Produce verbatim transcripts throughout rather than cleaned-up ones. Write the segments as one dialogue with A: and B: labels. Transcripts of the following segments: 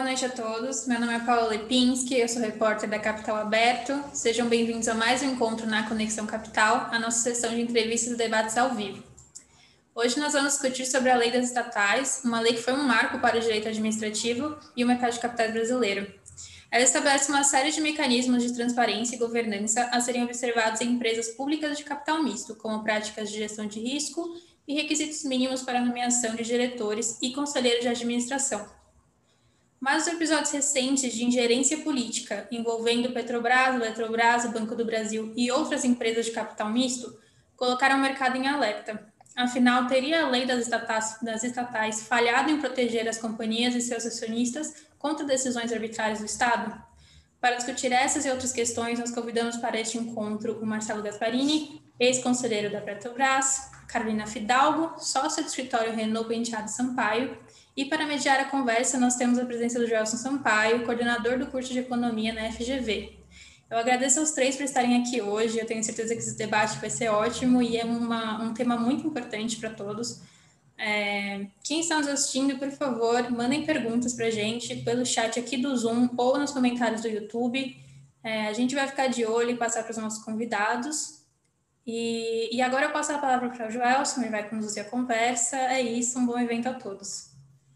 A: noite a todos. Meu nome é Paula Lipinski, eu sou repórter da Capital Aberto. Sejam bem-vindos a mais um encontro na Conexão Capital, a nossa sessão de entrevistas e debates ao vivo. Hoje nós vamos discutir sobre a Lei das Estatais, uma lei que foi um marco para o direito administrativo e o mercado de capitais brasileiro. Ela estabelece uma série de mecanismos de transparência e governança a serem observados em empresas públicas de capital misto, como práticas de gestão de risco e requisitos mínimos para a nomeação de diretores e conselheiros de administração. Mas os episódios recentes de ingerência política envolvendo Petrobras, Eletrobras, o Banco do Brasil e outras empresas de capital misto colocaram o mercado em alerta. Afinal, teria a lei das estatais, das estatais falhado em proteger as companhias e seus acionistas contra decisões arbitrárias do Estado? Para discutir essas e outras questões, nós convidamos para este encontro o Marcelo Gasparini, ex-conselheiro da Petrobras, Carolina Fidalgo, sócio do escritório Renault Penteado Sampaio, e para mediar a conversa nós temos a presença do Joelson Sampaio, coordenador do curso de Economia na F G V. Eu agradeço aos três por estarem aqui hoje, eu tenho certeza que esse debate vai ser ótimo e é uma, um tema muito importante para todos. É, quem está nos assistindo, por favor, mandem perguntas para a gente pelo chat aqui do Zoom ou nos comentários do YouTube. É, a gente vai ficar de olho e passar para os nossos convidados. E, e agora eu passo a palavra para o Joelson, ele vai conduzir a conversa. É isso, um bom evento a todos.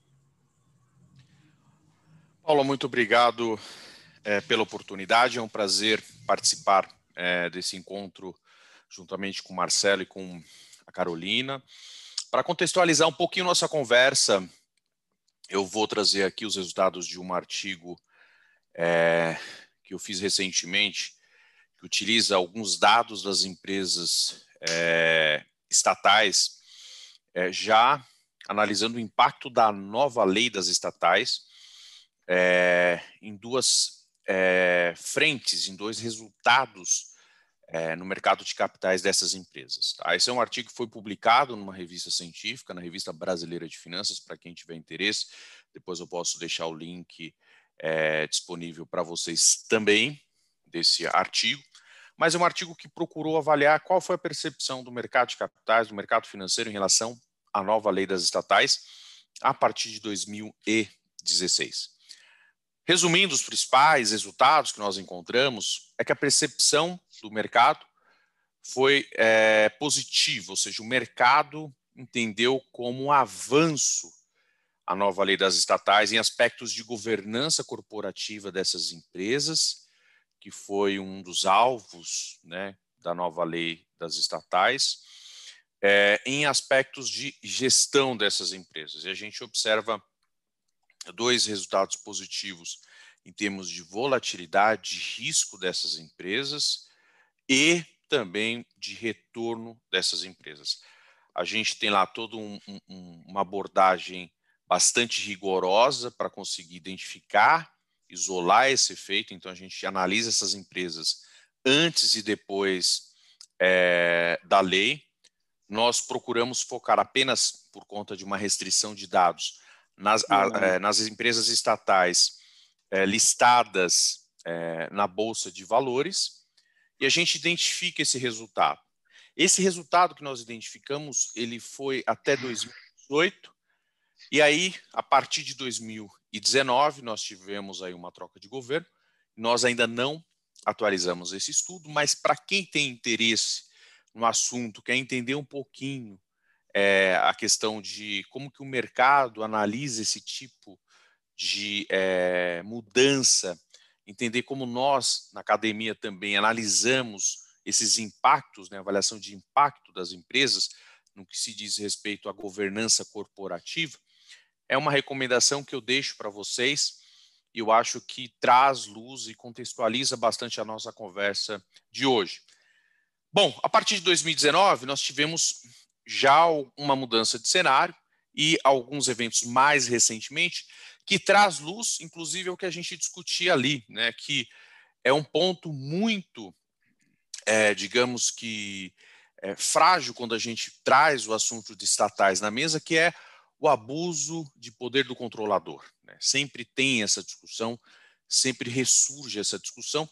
B: Paula, muito obrigado é, pela oportunidade. É um prazer participar é, desse encontro juntamente com o Marcelo e com a Carolina. Para contextualizar um pouquinho nossa conversa, eu vou trazer aqui os resultados de um artigo é, que eu fiz recentemente, que utiliza alguns dados das empresas é, estatais, é, já analisando o impacto da nova lei das estatais é, em duas é, frentes, em dois resultados É, no mercado de capitais dessas empresas. Tá? Esse é um artigo que foi publicado numa revista científica, na Revista Brasileira de Finanças, para quem tiver interesse. Depois eu posso deixar o link é, disponível para vocês também, desse artigo. Mas é um artigo que procurou avaliar qual foi a percepção do mercado de capitais, do mercado financeiro em relação à nova lei das estatais a partir de dois mil e dezesseis. Resumindo, os principais resultados que nós encontramos é que a percepção do mercado foi é, positiva, ou seja, o mercado entendeu como um avanço a nova lei das estatais em aspectos de governança corporativa dessas empresas, que foi um dos alvos, né, da nova lei das estatais, é, em aspectos de gestão dessas empresas. E a gente observa dois resultados positivos em termos de volatilidade, de risco dessas empresas e também de retorno dessas empresas. A gente tem lá toda um, um, uma abordagem bastante rigorosa para conseguir identificar, isolar esse efeito. Então, a gente analisa essas empresas antes e depois é, da lei. Nós procuramos focar apenas por conta de uma restrição de dados nas, a, é, nas empresas estatais é, listadas é, na Bolsa de Valores, e a gente identifica esse resultado. Esse resultado que nós identificamos, ele foi até dois mil e dezoito, e aí, a partir de dois mil e dezenove, nós tivemos aí uma troca de governo. Nós ainda não atualizamos esse estudo, mas para quem tem interesse no assunto, quer entender um pouquinho é, a questão de como que o mercado analisa esse tipo de é, mudança, entender como nós, na academia, também analisamos esses impactos, né, avaliação de impacto das empresas, no que se diz respeito à governança corporativa, é uma recomendação que eu deixo para vocês e eu acho que traz luz e contextualiza bastante a nossa conversa de hoje. Bom, a partir de dois mil e dezenove, nós tivemos já uma mudança de cenário e alguns eventos mais recentemente que traz luz, inclusive, ao que a gente discutia ali, né, que é um ponto muito, é, digamos que, é, frágil quando a gente traz o assunto de estatais na mesa, que é o abuso de poder do controlador. Né? Sempre tem essa discussão, sempre ressurge essa discussão,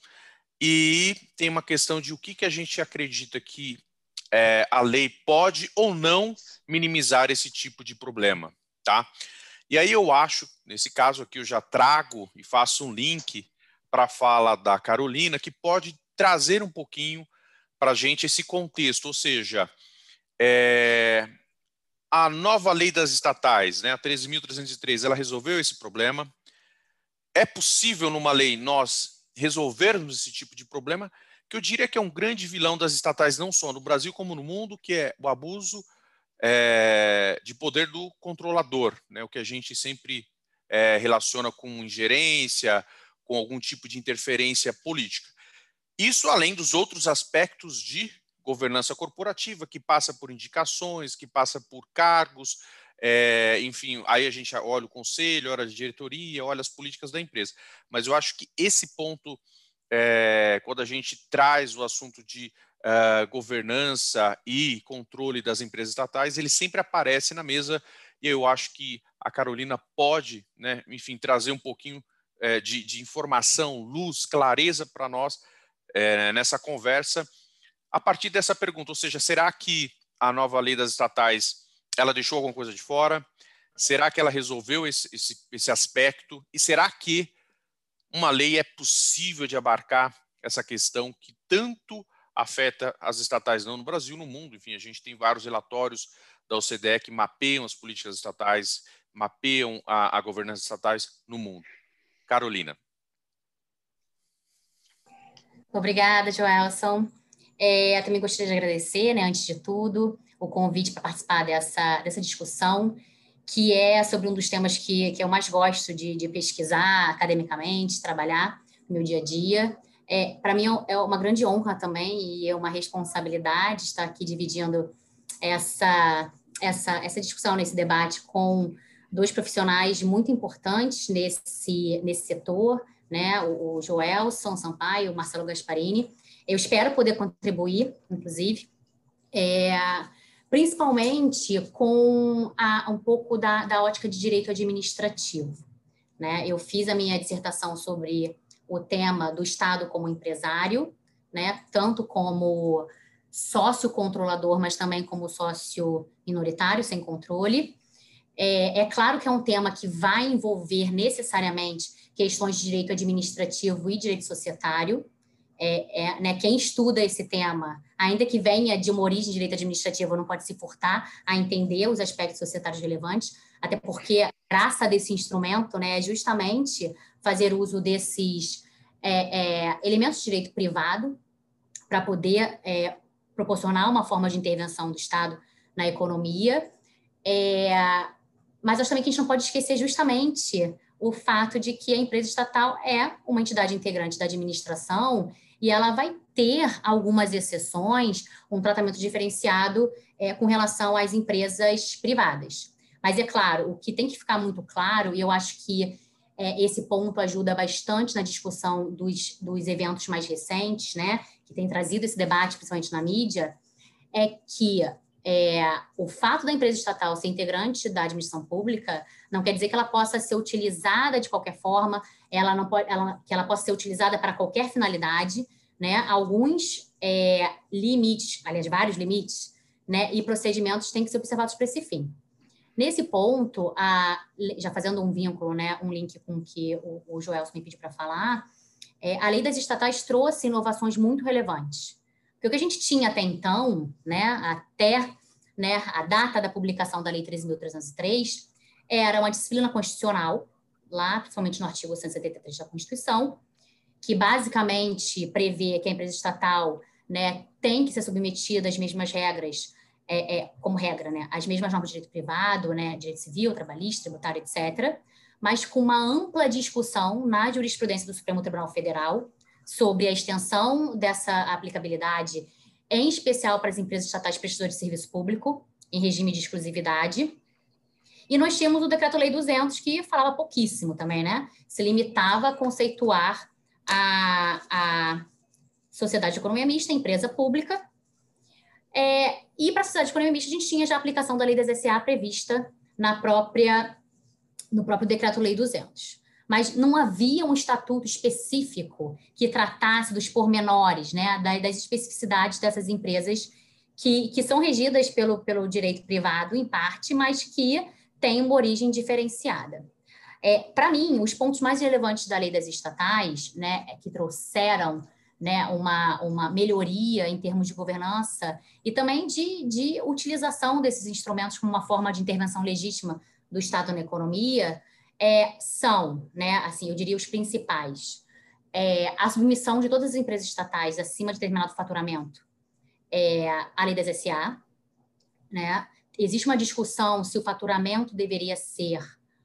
B: e tem uma questão de o que, que a gente acredita que é, a lei pode ou não minimizar esse tipo de problema. Tá? E aí eu acho, nesse caso aqui eu já trago e faço um link para a fala da Carolina, que pode trazer um pouquinho para a gente esse contexto, ou seja, é, a nova lei das estatais, né, a treze mil trezentos e três, ela resolveu esse problema. É possível numa lei nós resolvermos esse tipo de problema, que eu diria que é um grande vilão das estatais, não só no Brasil como no mundo, que é o abuso é, de poder do controlador, né, o que a gente sempre é, relaciona com ingerência, com algum tipo de interferência política. Isso além dos outros aspectos de governança corporativa, que passa por indicações, que passa por cargos, é, enfim, aí a gente olha o conselho, olha a diretoria, olha as políticas da empresa. Mas eu acho que esse ponto, é, quando a gente traz o assunto de uh, governança e controle das empresas estatais, ele sempre aparece na mesa, e eu acho que a Carolina pode, né, enfim, trazer um pouquinho é, de, de informação, luz, clareza para nós é, nessa conversa, a partir dessa pergunta, ou seja, será que a nova lei das estatais ela deixou alguma coisa de fora? Será que ela resolveu esse, esse, esse aspecto? E será que uma lei é possível de abarcar essa questão que tanto afeta as estatais, não no Brasil, no mundo? Enfim, a gente tem vários relatórios da O C D E que mapeiam as políticas estatais, mapeiam a, a governança estatais no mundo. Carolina.
C: Obrigada, Joelson. É, eu também gostaria de agradecer, né, antes de tudo, o convite para participar dessa, dessa discussão, que é sobre um dos temas que, que eu mais gosto de, de pesquisar academicamente, trabalhar no meu dia a dia. É, para mim é uma grande honra também e é uma responsabilidade estar aqui dividindo essa, essa, essa discussão, nesse debate com dois profissionais muito importantes nesse, nesse setor, né, o, o Joelson Sampaio, o Marcelo Gasparini. Eu espero poder contribuir, inclusive, é, principalmente com a, um pouco da, da ótica de direito administrativo, né? Eu fiz a minha dissertação sobre o tema do Estado como empresário, né, tanto como sócio controlador, mas também como sócio minoritário, sem controle. É, é claro que é um tema que vai envolver necessariamente questões de direito administrativo e direito societário. É, é, né, quem estuda esse tema, ainda que venha de uma origem de direito administrativo, não pode se furtar a entender os aspectos societários relevantes, até porque a graça desse instrumento, né, é justamente fazer uso desses é, é, elementos de direito privado para poder é, proporcionar uma forma de intervenção do Estado na economia. É, mas acho também que a gente não pode esquecer justamente o fato de que a empresa estatal é uma entidade integrante da administração e ela vai ter algumas exceções, um tratamento diferenciado é, com relação às empresas privadas. Mas, é claro, o que tem que ficar muito claro, e eu acho que é, esse ponto ajuda bastante na discussão dos, dos eventos mais recentes, né, que tem trazido esse debate, principalmente na mídia, é que é, o fato da empresa estatal ser integrante da administração pública não quer dizer que ela possa ser utilizada de qualquer forma, ela não pode, ela, que ela possa ser utilizada para qualquer finalidade, né? Alguns é, limites, aliás, vários limites, né, e procedimentos têm que ser observados para esse fim. Nesse ponto, a, já fazendo um vínculo, né, um link com o que o, o Joelson me pediu para falar, é, a lei das estatais trouxe inovações muito relevantes. Porque o que a gente tinha até então, né, até né, a data da publicação da Lei treze mil trezentos e três, era uma disciplina constitucional, lá, principalmente no artigo cento e setenta e três da Constituição, que basicamente prevê que a empresa estatal, né, tem que ser submetida às mesmas regras, é, é, como regra, né, às mesmas normas de direito privado, né, direito civil, trabalhista, tributário, etcétera, mas com uma ampla discussão na jurisprudência do Supremo Tribunal Federal sobre a extensão dessa aplicabilidade, em especial para as empresas estatais prestadoras de serviço público, em regime de exclusividade. E nós tínhamos o Decreto-Lei duzentos, que falava pouquíssimo também, né? Se limitava a conceituar a, a sociedade de economia mista, empresa pública. É, e para a sociedade de economia mista, a gente tinha já a aplicação da Lei das S A prevista na própria, no próprio Decreto-Lei duzentos. Mas não havia um estatuto específico que tratasse dos pormenores, né, das especificidades dessas empresas que, que são regidas pelo, pelo direito privado, em parte, mas que tem uma origem diferenciada. É, para mim, os pontos mais relevantes da lei das estatais, né, que trouxeram, né, uma, uma melhoria em termos de governança e também de, de utilização desses instrumentos como uma forma de intervenção legítima do Estado na economia, é, são, né, assim, eu diria os principais. É, a submissão de todas as empresas estatais acima de determinado faturamento é, à lei das S A, né? Existe uma discussão se o faturamento deveria ser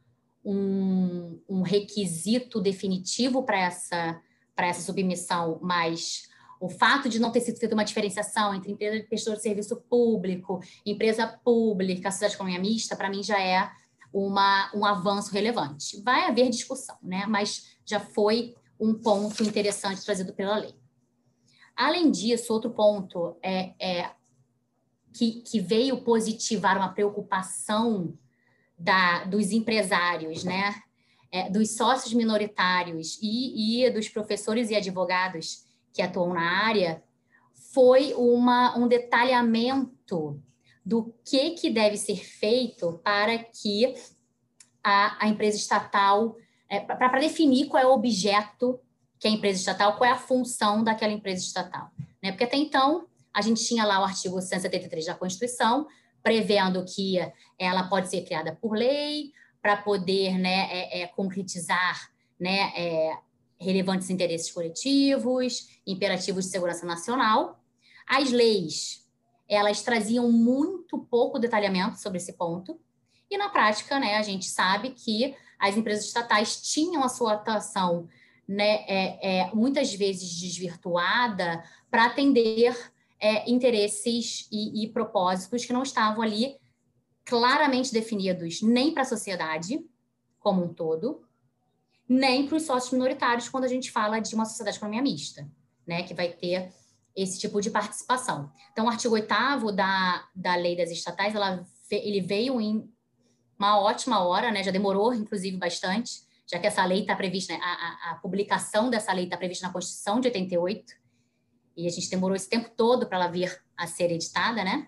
C: um, um requisito definitivo para essa, para essa submissão, mas o fato de não ter sido feita uma diferenciação entre empresa de prestador de serviço público, empresa pública, sociedade de economia mista, para mim já é uma, um avanço relevante. Vai haver discussão, né? Mas já foi um ponto interessante trazido pela lei. Além disso, outro ponto é, é que, que veio positivar uma preocupação da, dos empresários, né? É, dos sócios minoritários e, e dos professores e advogados que atuam na área, foi uma, um detalhamento do que, que deve ser feito para que a, a empresa estatal, é, para definir qual é o objeto que é a empresa estatal, qual é a função daquela empresa estatal. Né? Porque até então, a gente tinha lá o artigo cento e setenta e três da Constituição, prevendo que ela pode ser criada por lei, para poder, né, é, é, concretizar, né, é, relevantes interesses coletivos, imperativos de segurança nacional. As leis, elas traziam muito pouco detalhamento sobre esse ponto, e na prática, né, a gente sabe que as empresas estatais tinham a sua atuação, né, é, é, muitas vezes desvirtuada para atender é, interesses e, e propósitos que não estavam ali claramente definidos nem para a sociedade como um todo, nem para os sócios minoritários quando a gente fala de uma sociedade de economia mista, né, que vai ter esse tipo de participação. Então, o artigo oitavo da, da lei das estatais, ela, ele veio em uma ótima hora, né, já demorou, inclusive, bastante, já que essa lei está prevista, né, a, a, a publicação dessa lei está prevista na Constituição de oitenta e oito, e a gente demorou esse tempo todo para ela vir a ser editada, né?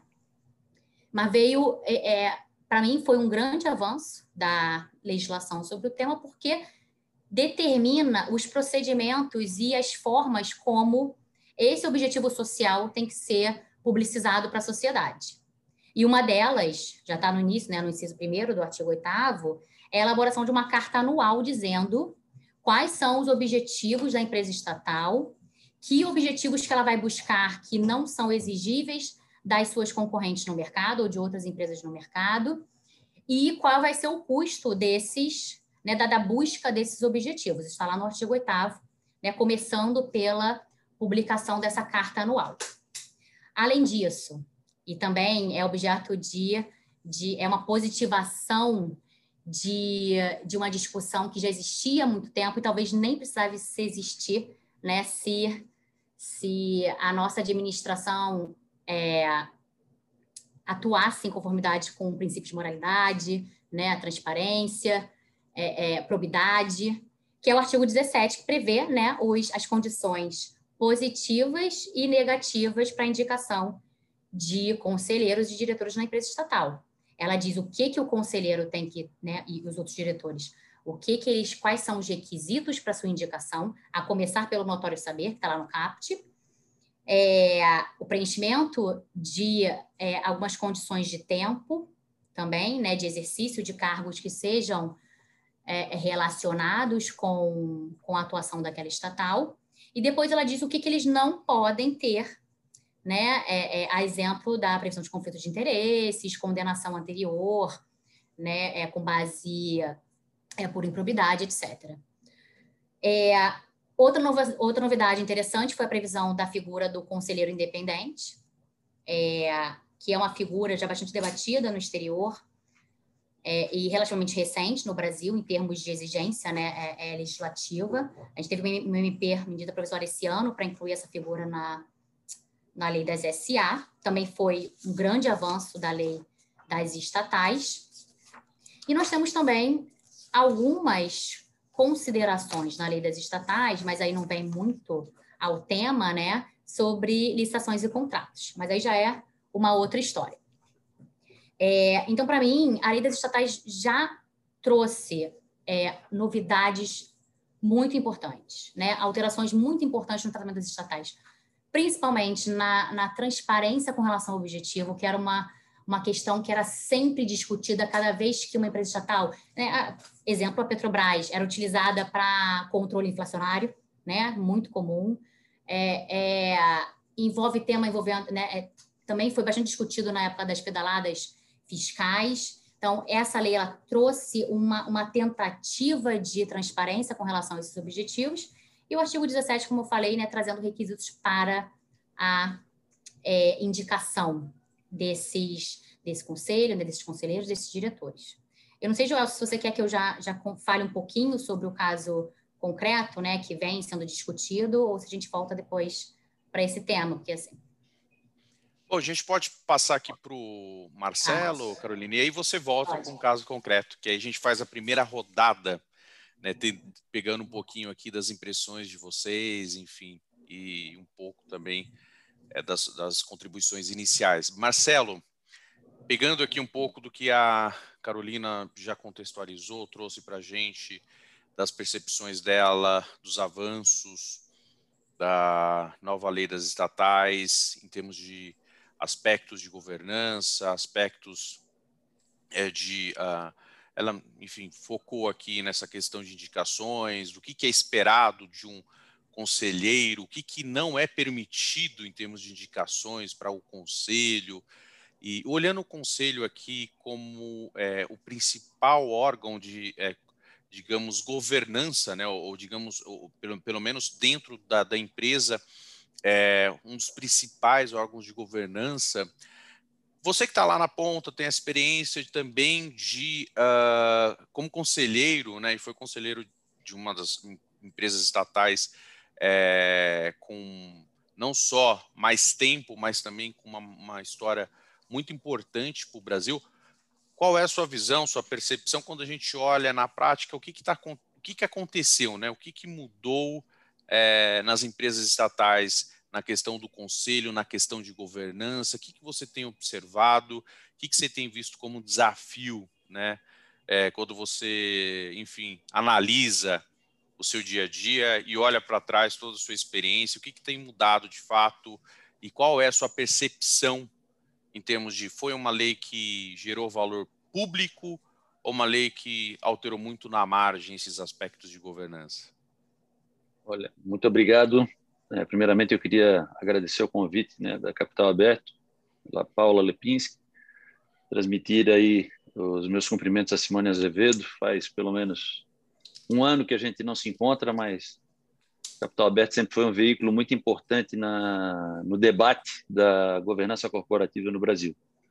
C: Mas veio, é, é, para mim, foi um grande avanço da legislação sobre o tema, porque determina os procedimentos e as formas como esse objetivo social tem que ser publicizado para a sociedade. E uma delas, já está no início, né, no inciso primeiro do artigo oitavo, é a elaboração de uma carta anual dizendo quais são os objetivos da empresa estatal, que objetivos que ela vai buscar que não são exigíveis das suas concorrentes no mercado ou de outras empresas no mercado, e qual vai ser o custo desses, né, da, da busca desses objetivos. Isso está lá no artigo oitavo, né, começando pela publicação dessa carta anual. Além disso, e também é objeto de, de é uma positivação de, de uma discussão que já existia há muito tempo e talvez nem precisasse existir, né, se, se a nossa administração é, atuasse em conformidade com o princípio de moralidade, né, a transparência, é, é, probidade, que é o artigo dezessete, que prevê, né, os, as condições positivas e negativas para a indicação de conselheiros e diretores na empresa estatal. Ela diz o que, que o conselheiro tem que, né, e os outros diretores, o que que eles, quais são os requisitos para sua indicação, a começar pelo notório saber, que está lá no caput, é, o preenchimento de é, algumas condições de tempo também, né, de exercício de cargos que sejam é, relacionados com, com a atuação daquela estatal, e depois ela diz o que, que eles não podem ter, né, é, é, a exemplo da previsão de conflito de interesses, condenação anterior, né, é, com base é, por improbidade, etcétera. É, outra, nova, outra novidade interessante foi a previsão da figura do conselheiro independente, é, que é uma figura já bastante debatida no exterior é, e relativamente recente no Brasil, em termos de exigência, né, é, é legislativa. A gente teve uma M P, medida provisória, esse ano para incluir essa figura na, na lei das S A. Também foi um grande avanço da lei das estatais. E nós temos também algumas considerações na lei das estatais, mas aí não vem muito ao tema, né, sobre licitações e contratos. Mas aí já é uma outra história. É, então, para mim, a lei das estatais já trouxe é, novidades muito importantes, né? Alterações muito importantes no tratamento das estatais, principalmente na, na transparência com relação ao objetivo, que era uma, uma questão que era sempre discutida cada vez que uma empresa estatal, né? Exemplo, a Petrobras era utilizada para controle inflacionário, né? Muito comum. É, é, envolve tema envolvendo, né? É, também foi bastante discutido na época das pedaladas fiscais. Então, essa lei ela trouxe uma, uma tentativa de transparência com relação a esses objetivos. E o artigo dezessete, como eu falei, né, trazendo requisitos para a é, indicação desses, desse conselho, né, desses conselheiros, desses diretores. Eu não sei, Joel, se você quer que eu já, já fale um pouquinho sobre o caso concreto, né, que vem sendo discutido, ou se a gente volta depois para esse tema, porque assim...
B: Bom, a gente pode passar aqui para o Marcelo, ah, Carolina, e aí você volta pode. com um caso concreto, que aí a gente faz a primeira rodada, né, te, pegando um pouquinho aqui das impressões de vocês, enfim, e um pouco também é, das, das contribuições iniciais. Marcelo, pegando aqui um pouco do que a Carolina já contextualizou, trouxe para a gente, das percepções dela, dos avanços da nova lei das estatais, em termos de aspectos de governança, aspectos é, de... Uh, ela, enfim, focou aqui nessa questão de indicações, do que, que é esperado de um conselheiro, o que, que não é permitido em termos de indicações para o conselho. E olhando o conselho aqui como é, o principal órgão de, é, digamos, governança, né, ou, ou digamos, ou, pelo, pelo menos dentro da, da empresa, é, um dos principais órgãos de governança. Você que está lá na ponta tem a experiência também de, uh, como conselheiro, né, e foi conselheiro de uma das empresas estatais é, com não só mais tempo, mas também com uma, uma história muito importante para o Brasil. Qual é a sua visão, sua percepção quando a gente olha na prática o que, que, tá, o que, que aconteceu, né? O que, que mudou é, nas empresas estatais, na questão do conselho, na questão de governança? O que, que você tem observado? O que, que você tem visto como desafio, né? É, quando você, enfim, analisa o seu dia a dia e olha para trás toda a sua experiência, o que, que tem mudado de fato e qual é a sua percepção em termos de foi uma lei que gerou valor público ou uma lei que alterou muito na margem esses aspectos de governança?
D: Olha, muito obrigado. É, primeiramente, eu queria agradecer o convite, né, da Capital Aberto, da Paula Lepinski, transmitir aí os meus cumprimentos a Simone Azevedo. Faz pelo menos um ano que a gente não se encontra, mas Capital Aberto sempre foi um veículo muito importante na, no debate da governança corporativa no Brasil.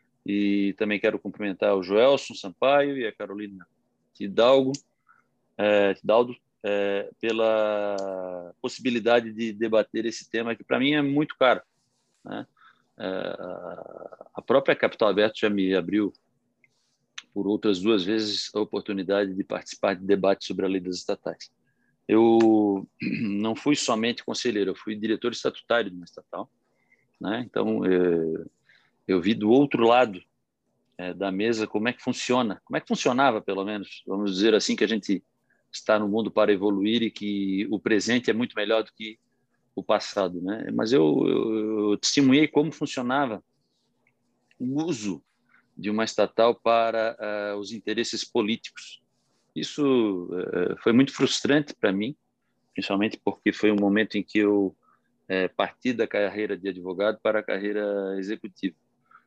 D: E também quero cumprimentar o Joelson Sampaio e a Carolina Tidalgo, é, Tidaldo é, pela possibilidade de debater esse tema que para mim é muito caro, né? É, a própria Capital Aberto já me abriu por outras duas vezes a oportunidade de participar de debates sobre a lei das estatais. Eu não fui somente conselheiro, eu fui diretor estatutário de uma estatal, né? Então, eu, eu vi do outro lado é, da mesa como é que funciona, como é que funcionava, pelo menos, vamos dizer assim, que a gente está no mundo para evoluir e que o presente é muito melhor do que o passado, né? Mas eu, eu, eu testemunhei como funcionava o uso de uma estatal para uh, os interesses políticos. Isso uh, foi muito frustrante para mim, principalmente porque foi um momento em que eu uh, parti da carreira de advogado para a carreira executiva.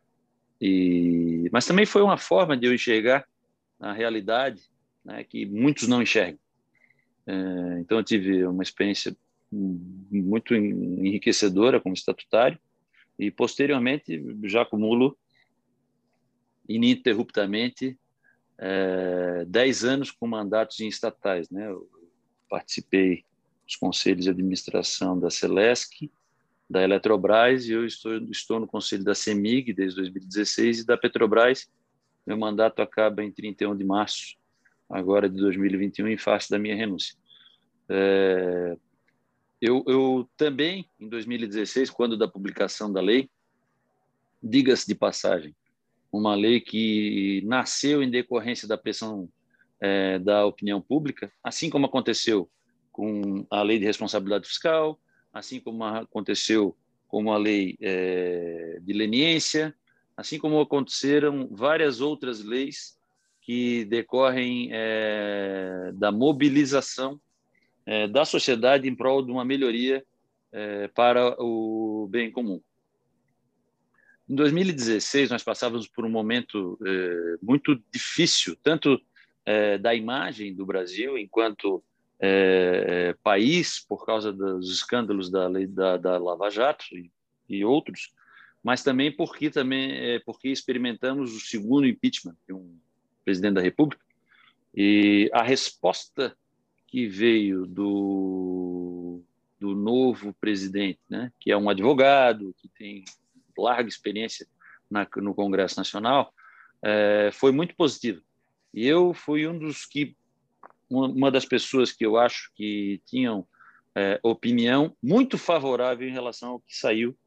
D: E, mas também foi uma forma de eu enxergar a realidade, né, que muitos não enxergam. Uh, então, eu tive uma experiência muito enriquecedora como estatutário e, posteriormente, já acumulo ininterruptamente é, dez anos com mandatos em estatais, né? Eu participei dos conselhos de administração da Celesc, da Eletrobras, e eu estou, estou no conselho da CEMIG desde dois mil e dezesseis, e da Petrobras. Meu mandato acaba em trinta e um de março, agora de dois mil e vinte e um, em face da minha renúncia. É, eu, eu também, em dois mil e dezesseis, quando da publicação da lei, diga-se de passagem, uma lei que nasceu em decorrência da pressão é, da opinião pública, assim como aconteceu com a lei de responsabilidade fiscal, assim como aconteceu com a lei é, de leniência, assim como aconteceram várias outras leis que decorrem é, da mobilização é, da sociedade em prol de uma melhoria é, para o bem comum. Em dois mil e dezesseis, nós passávamos por um momento eh, muito difícil, tanto eh, da imagem do Brasil enquanto eh, país, por causa dos escândalos da lei da, da Lava Jato e, e outros, mas também porque, também eh, porque experimentamos o segundo impeachment de um presidente da República, e a resposta que veio do, do novo presidente, né, que é um advogado, que tem larga experiência na, no Congresso Nacional, é, foi muito positiva. E eu fui um dos que, uma, uma das pessoas que eu acho que tinham é, opinião muito favorável em relação ao que saiu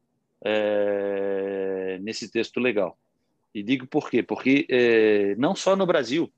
D: é, nesse texto legal. E digo por quê? Porque é, não só no Brasil,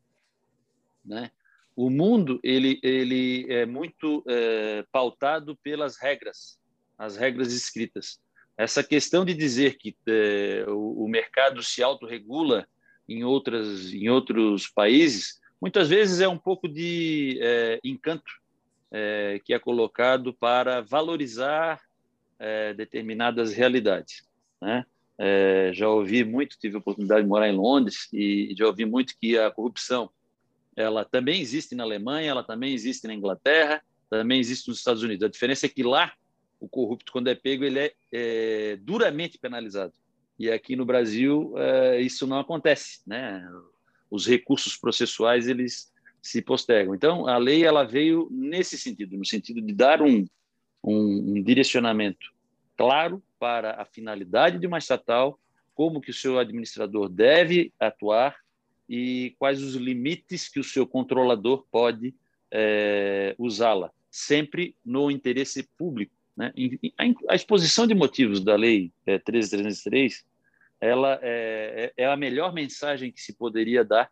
D: né? O mundo ele, ele é muito é, pautado pelas regras, as regras escritas. Essa questão de dizer que é, o, o mercado se autorregula em, outras, em outros países, muitas vezes é um pouco de é, encanto é, que é colocado para valorizar é, determinadas realidades, né? É, já ouvi muito, tive a oportunidade de morar em Londres, e já ouvi muito que a corrupção ela também existe na Alemanha, ela também existe na Inglaterra, também existe nos Estados Unidos. A diferença é que lá o corrupto, quando é pego, ele é, é duramente penalizado. E aqui no Brasil é, isso não acontece, né? Os recursos processuais eles se postergam. Então a lei ela veio nesse sentido, no sentido de dar um, um, um direcionamento claro para a finalidade de uma estatal, como que o seu administrador deve atuar e quais os limites que o seu controlador pode é, usá-la, sempre no interesse público, né? A exposição de motivos da Lei é, treze mil trezentos e três ela é, é a melhor mensagem que se poderia dar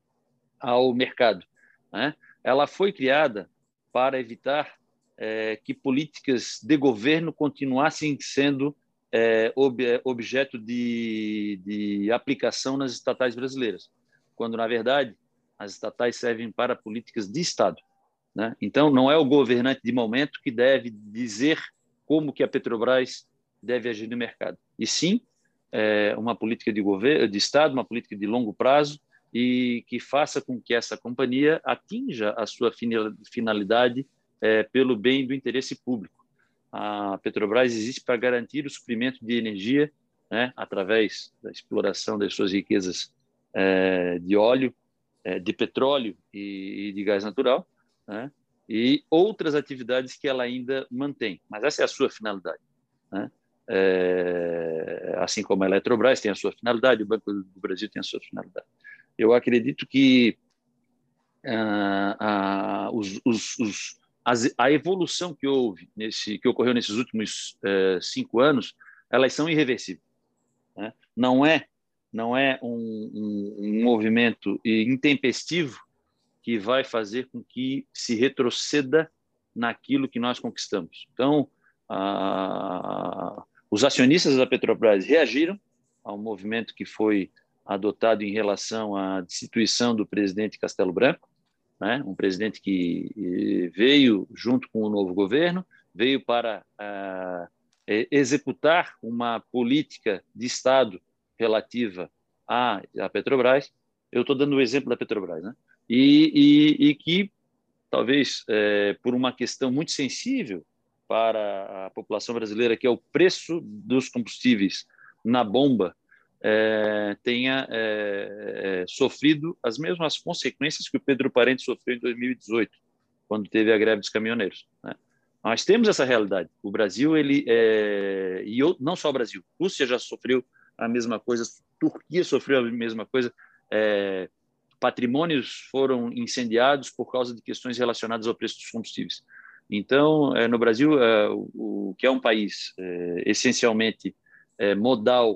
D: ao mercado, né? Ela foi criada para evitar é, que políticas de governo continuassem sendo é, ob, objeto de, de aplicação nas estatais brasileiras, quando, na verdade, as estatais servem para políticas de Estado, né? Então, não é o governante de momento que deve dizer como que a Petrobras deve agir no mercado, e sim é, uma política de governo, de Estado, uma política de longo prazo, e que faça com que essa companhia atinja a sua finalidade é, pelo bem do interesse público. A Petrobras existe para garantir o suprimento de energia, né, através da exploração das suas riquezas é, de óleo, é, de petróleo e, e de gás natural, né, e outras atividades que ela ainda mantém. Mas essa é a sua finalidade, né? É, assim como a Eletrobras tem a sua finalidade, o Banco do Brasil tem a sua finalidade. Eu acredito que ah, ah, os, os, os, as, a evolução que houve nesse, que ocorreu nesses últimos eh, cinco anos, elas são irreversíveis, né? Não é, não é um, um, um movimento intempestivo que vai fazer com que se retroceda naquilo que nós conquistamos. Então, ah, os acionistas da Petrobras reagiram ao movimento que foi adotado em relação à destituição do presidente Castelo Branco, né? Um presidente que veio junto com o novo governo, veio para uh, executar uma política de Estado relativa à, à Petrobras. Eu estou dando o exemplo da Petrobras, né? E, e, e que, talvez, é, por uma questão muito sensível para a população brasileira, que é o preço dos combustíveis na bomba, É, tenha é, é, sofrido as mesmas consequências que o Pedro Parente sofreu em dois mil e dezoito, quando teve a greve dos caminhoneiros, né? Nós temos essa realidade. O Brasil, ele é, e eu, não só o Brasil, a Rússia já sofreu a mesma coisa, a Turquia sofreu a mesma coisa, é, patrimônios foram incendiados por causa de questões relacionadas ao preço dos combustíveis. Então, é, no Brasil, é, o, o que é um país é, essencialmente é, modal,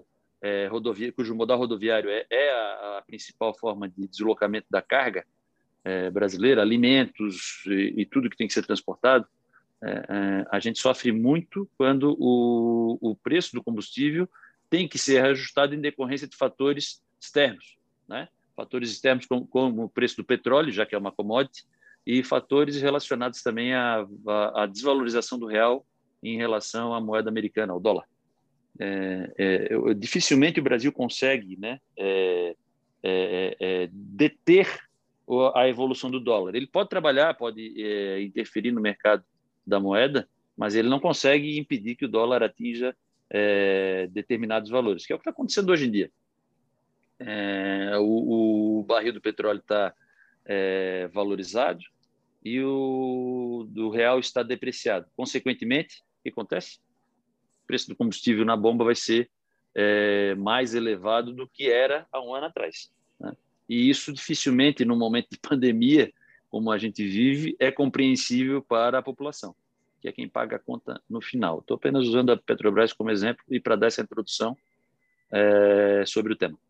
D: é, rodovia, cujo modal rodoviário é, é a, a principal forma de deslocamento da carga é, brasileira, alimentos e, e tudo que tem que ser transportado, é, é, a gente sofre muito quando o, o preço do combustível tem que ser ajustado em decorrência de fatores externos, né? Fatores externos como, como o preço do petróleo, já que é uma commodity, e fatores relacionados também à, à, à desvalorização do real em relação à moeda americana, ao dólar. É, é, eu, dificilmente o Brasil consegue, né, é, é, é, deter a evolução do dólar. Ele pode trabalhar, pode é, interferir no mercado da moeda, mas ele não consegue impedir que o dólar atinja é, determinados valores, que é o que está acontecendo hoje em dia. É, o, o barril do petróleo está é, valorizado e o do real está depreciado. Consequentemente, o que acontece? O preço do combustível na bomba vai ser é, mais elevado do que era há um ano atrás, né? E isso dificilmente, num momento de pandemia, como a gente vive, é compreensível para a população, que é quem paga a conta no final. Estou apenas usando a Petrobras como exemplo e para dar essa introdução é, sobre o tema.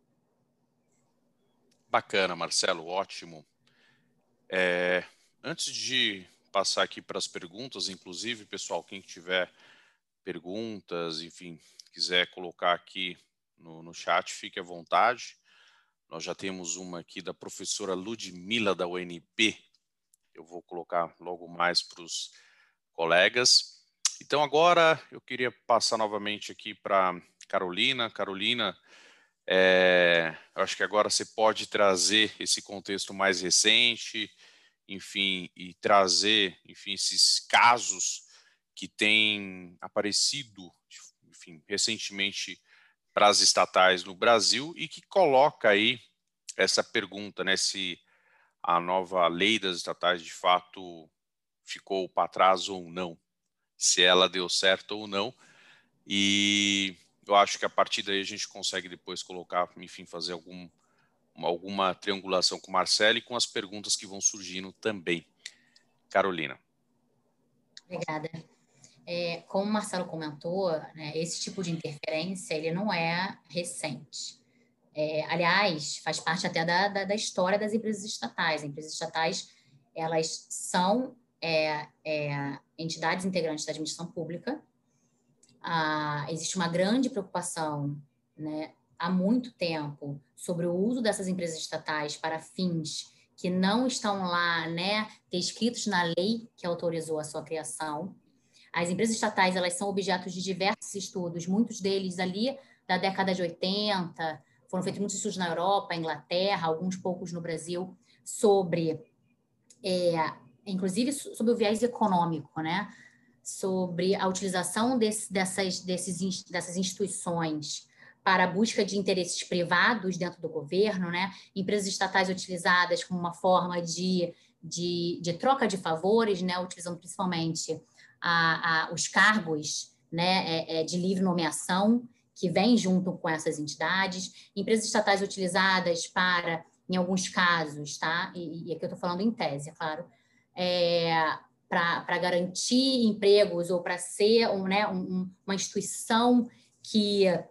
B: Bacana, Marcelo, ótimo. É, antes de passar aqui para as perguntas, inclusive, pessoal, quem tiver perguntas, enfim, quiser colocar aqui no, no chat, fique à vontade. Nós já temos uma aqui da professora Ludmila, da U N B. Eu vou colocar logo mais para os colegas. Então, agora eu queria passar novamente aqui para Carolina. Carolina, é, eu acho que agora você pode trazer esse contexto mais recente, enfim, e trazer, enfim, esses casos que têm aparecido, enfim, recentemente para as estatais no Brasil e que coloca aí essa pergunta, né, se a nova lei das estatais de fato ficou para trás ou não, se ela deu certo ou não. E eu acho que a partir daí a gente consegue depois colocar, enfim, fazer algum, alguma triangulação com o Marcelo e com as perguntas que vão surgindo também. Carolina.
C: Obrigada. É, como o Marcelo comentou, né, esse tipo de interferência ele não é recente. É, aliás, faz parte até da, da, da história das empresas estatais. As empresas estatais, elas são é, é, entidades integrantes da administração pública. Ah, existe uma grande preocupação, né, há muito tempo sobre o uso dessas empresas estatais para fins que não estão lá, né, descritos na lei que autorizou a sua criação. As empresas estatais, elas são objetos de diversos estudos, muitos deles ali da década de oitenta, foram feitos muitos estudos na Europa, Inglaterra, alguns poucos no Brasil, sobre, é, inclusive sobre o viés econômico, né? Sobre a utilização desse, dessas, desses, dessas instituições para a busca de interesses privados dentro do governo, né? Empresas estatais utilizadas como uma forma de, de, de troca de favores, né? Utilizando principalmente a, a, os cargos, né? é, é, de livre nomeação, que vem junto com essas entidades, empresas estatais utilizadas para, em alguns casos, tá? E, e aqui eu estou falando em tese, é claro, é, para garantir empregos ou para ser um, né, um, uma instituição que é,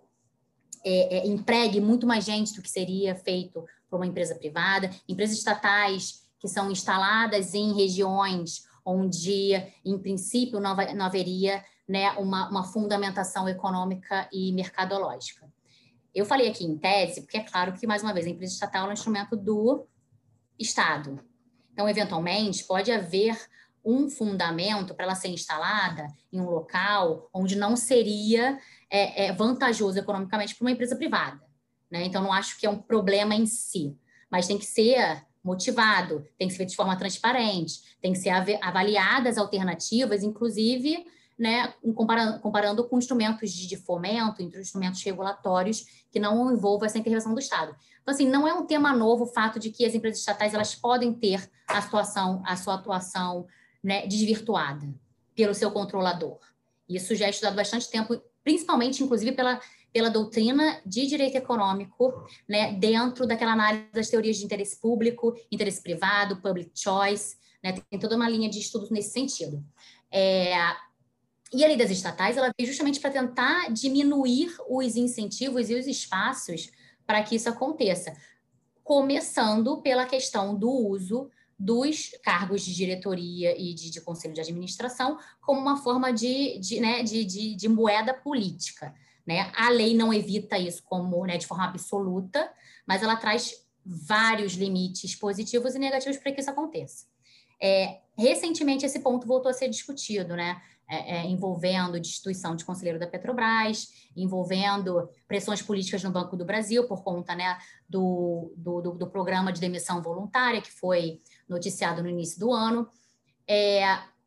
C: é, empregue muito mais gente do que seria feito por uma empresa privada, empresas estatais que são instaladas em regiões onde, em princípio, não, vai, não haveria, né, uma, uma fundamentação econômica e mercadológica. Eu falei aqui em tese, porque é claro que, mais uma vez, a empresa estatal é um instrumento do Estado. Então, eventualmente, pode haver um fundamento para ela ser instalada em um local onde não seria é, é, vantajoso economicamente para uma empresa privada, né? Então, não acho que é um problema em si, mas tem que ser motivado, tem que ser feito de forma transparente, tem que ser avaliadas alternativas, inclusive, né, comparando, comparando com instrumentos de fomento, instrumentos regulatórios que não envolvam essa intervenção do Estado. Então, assim, não é um tema novo o fato de que as empresas estatais elas podem ter a, atuação, a sua atuação, né, desvirtuada pelo seu controlador. Isso já é estudado há bastante tempo, principalmente, inclusive, pela, pela doutrina de direito econômico, né, dentro daquela análise das teorias de interesse público, interesse privado, public choice, né, tem toda uma linha de estudos nesse sentido. É, E a lei das estatais, ela veio justamente para tentar diminuir os incentivos e os espaços para que isso aconteça, começando pela questão do uso dos cargos de diretoria e de, de conselho de administração como uma forma de, de, né, de, de, de moeda política. Né? A lei não evita isso como, né, de forma absoluta, mas ela traz vários limites positivos e negativos para que isso aconteça. É, recentemente, esse ponto voltou a ser discutido, né? É, é, envolvendo destituição de conselheiro da Petrobras, envolvendo pressões políticas no Banco do Brasil por conta, né, do, do, do, do programa de demissão voluntária que foi noticiado no início do ano. É,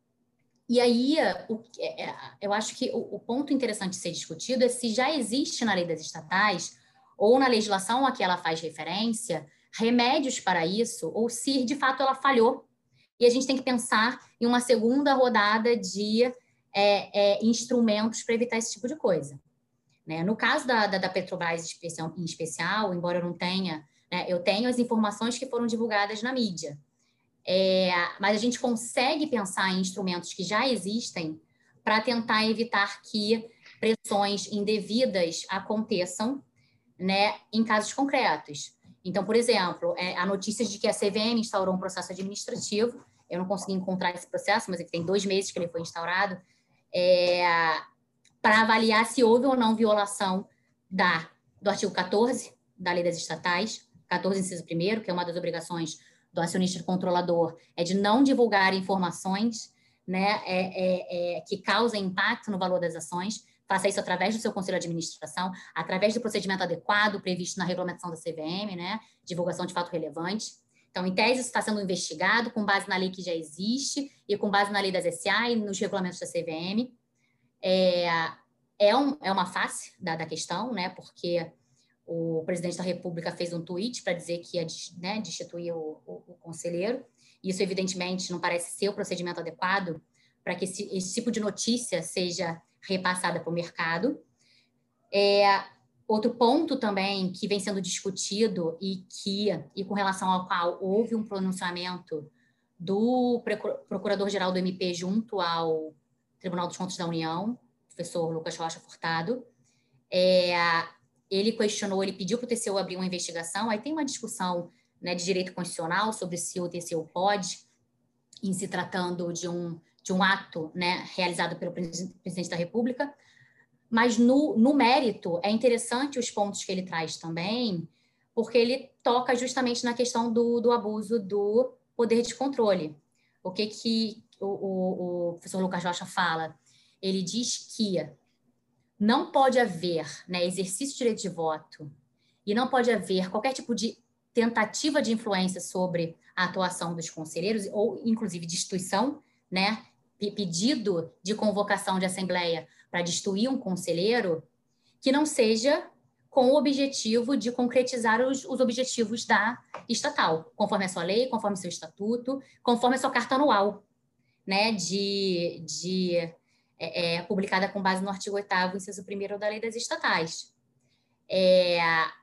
C: e aí, o, é, eu acho que o, o ponto interessante de ser discutido é se já existe na lei das estatais ou na legislação a que ela faz referência remédios para isso, ou se, de fato, ela falhou. E a gente tem que pensar em uma segunda rodada de é, é, instrumentos para evitar esse tipo de coisa. Né? No caso da, da, da Petrobras especial, em especial, embora eu não tenha, né, eu tenho as informações que foram divulgadas na mídia. É, mas a gente consegue pensar em instrumentos que já existem para tentar evitar que pressões indevidas aconteçam, né, em casos concretos. Então, por exemplo, é, há notícias de que a C V M instaurou um processo administrativo. Eu não consegui encontrar esse processo, mas ele tem dois meses que ele foi instaurado, é, para avaliar se houve ou não violação da, do artigo quatorze da Lei das Estatais, quatorze, inciso primeiro, que é uma das obrigações do acionista controlador, é de não divulgar informações, né, é, é, é, que causem impacto no valor das ações. Faça isso através do seu conselho de administração, através do procedimento adequado previsto na regulamentação da C V M, né, divulgação de fato relevante. Então, em tese, isso está sendo investigado com base na lei que já existe e com base na lei das S A e nos regulamentos da C V M. É, é, um, é uma face da, da questão, né, porque o presidente da República fez um tweet para dizer que ia, né, destituir o, o, o conselheiro. Isso, evidentemente, não parece ser o procedimento adequado para que esse, esse tipo de notícia seja repassada para o mercado. É, outro ponto também que vem sendo discutido e que, e com relação ao qual houve um pronunciamento do procurador-geral do M P junto ao Tribunal dos Contas da União, professor Lucas Rocha Furtado, é, ele questionou, ele pediu para o T C U abrir uma investigação. Aí tem uma discussão, né, de direito constitucional sobre se o T C U pode, em se tratando de um, de um ato, né, realizado pelo presidente da República, mas no, no mérito é interessante os pontos que ele traz também, porque ele toca justamente na questão do, do abuso do poder de controle. O que, que o, o, o professor Lucas Rocha fala? Ele diz que não pode haver, né, exercício de direito de voto e não pode haver qualquer tipo de tentativa de influência sobre a atuação dos conselheiros, ou inclusive destituição, né, pedido de convocação de assembleia para destituir um conselheiro, que não seja com o objetivo de concretizar os, os objetivos da estatal, conforme a sua lei, conforme o seu estatuto, conforme a sua carta anual, né, de, de, é, é, publicada com base no artigo oitavo, inciso primeiro da Lei das Estatais. É,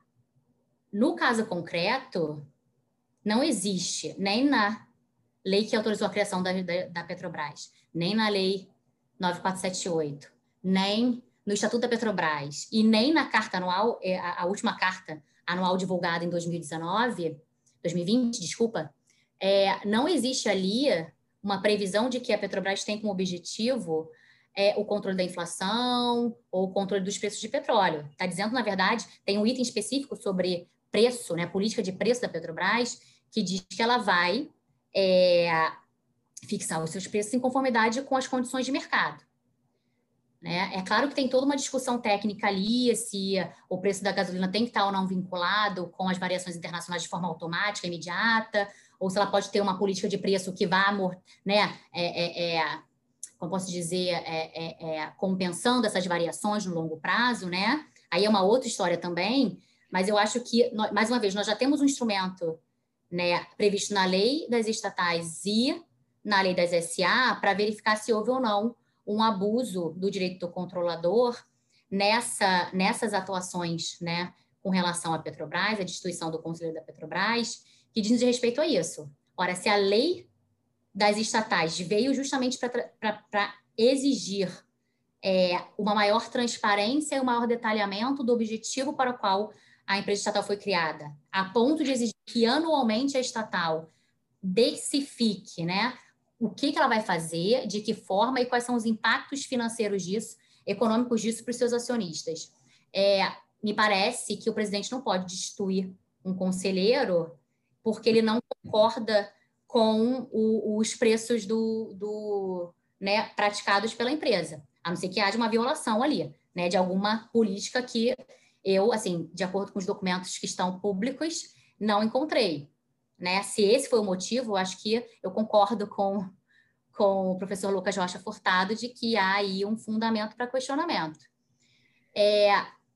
C: no caso concreto, não existe, nem na lei que autorizou a criação da, da, da Petrobras, nem na Lei nove mil quatrocentos e setenta e oito, nem no Estatuto da Petrobras e nem na carta anual, a, a última carta anual divulgada em dois mil e dezenove, dois mil e vinte, desculpa, é, não existe ali uma previsão de que a Petrobras tem como objetivo é, o controle da inflação ou o controle dos preços de petróleo. Está dizendo, na verdade, tem um item específico sobre preço, né, política de preço da Petrobras, que diz que ela vai é, fixar os seus preços em conformidade com as condições de mercado. Né? É claro que tem toda uma discussão técnica ali, se o preço da gasolina tem que estar ou não vinculado com as variações internacionais de forma automática, imediata, ou se ela pode ter uma política de preço que vá, né, é, é, é, como posso dizer, é, é, é, compensando essas variações no longo prazo, né? Aí é uma outra história também, mas eu acho que, mais uma vez, nós já temos um instrumento, né, previsto na lei das estatais e na lei das S A para verificar se houve ou não um abuso do direito do controlador nessa, nessas atuações, né, com relação à Petrobras, a destituição do conselheiro da Petrobras, que diz respeito a isso. Ora, se a lei das estatais veio justamente para exigir é, uma maior transparência e um maior detalhamento do objetivo para o qual a empresa estatal foi criada, a ponto de exigir que anualmente a estatal decifie, né, o que, que ela vai fazer, de que forma e quais são os impactos financeiros disso, econômicos disso para os seus acionistas. É, me parece que o presidente não pode destituir um conselheiro porque ele não concorda com o, os preços do, do, né, praticados pela empresa, a não ser que haja uma violação ali, né, de alguma política que eu, assim, de acordo com os documentos que estão públicos, não encontrei. Né? Se esse foi o motivo, eu acho que eu concordo com, com o professor Lucas Rocha Furtado de que há aí um fundamento para questionamento. É,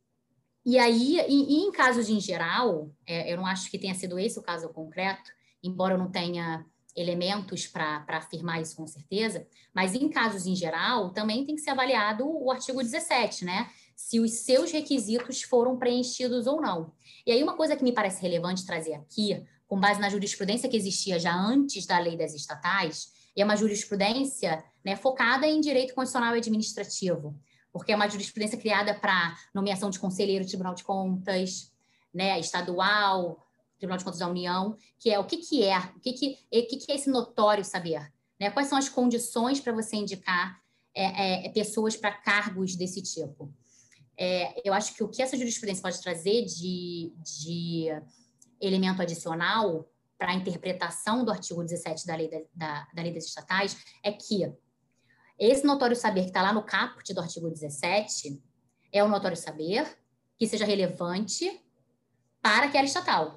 C: e aí, e, e em casos em geral, é, eu não acho que tenha sido esse o caso concreto, embora eu não tenha elementos para afirmar isso com certeza, mas em casos em geral, também tem que ser avaliado o artigo dezessete, né? Se os seus requisitos foram preenchidos ou não. E aí uma coisa que me parece relevante trazer aqui, com base na jurisprudência que existia já antes da lei das estatais, e é uma jurisprudência, né, focada em direito constitucional e administrativo, porque é uma jurisprudência criada para nomeação de conselheiro do Tribunal de Contas, né, estadual, Tribunal de Contas da União, que é o que, que é, o que, que, o que, que é esse notório saber, né? Quais são as condições para você indicar é, é, pessoas para cargos desse tipo. É, eu acho que o que essa jurisprudência pode trazer de, de elemento adicional para a interpretação do artigo dezessete da lei, da, da, da lei das estatais é que esse notório saber que está lá no caput do artigo dezessete é um notório saber que seja relevante para aquela estatal,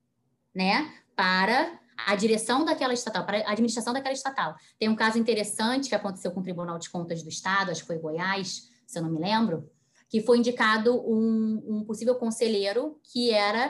C: né? Para a direção daquela estatal, para a administração daquela estatal. Tem um caso interessante que aconteceu com o Tribunal de Contas do Estado, acho que foi Goiás, se eu não me lembro, que foi indicado um, um possível conselheiro que era,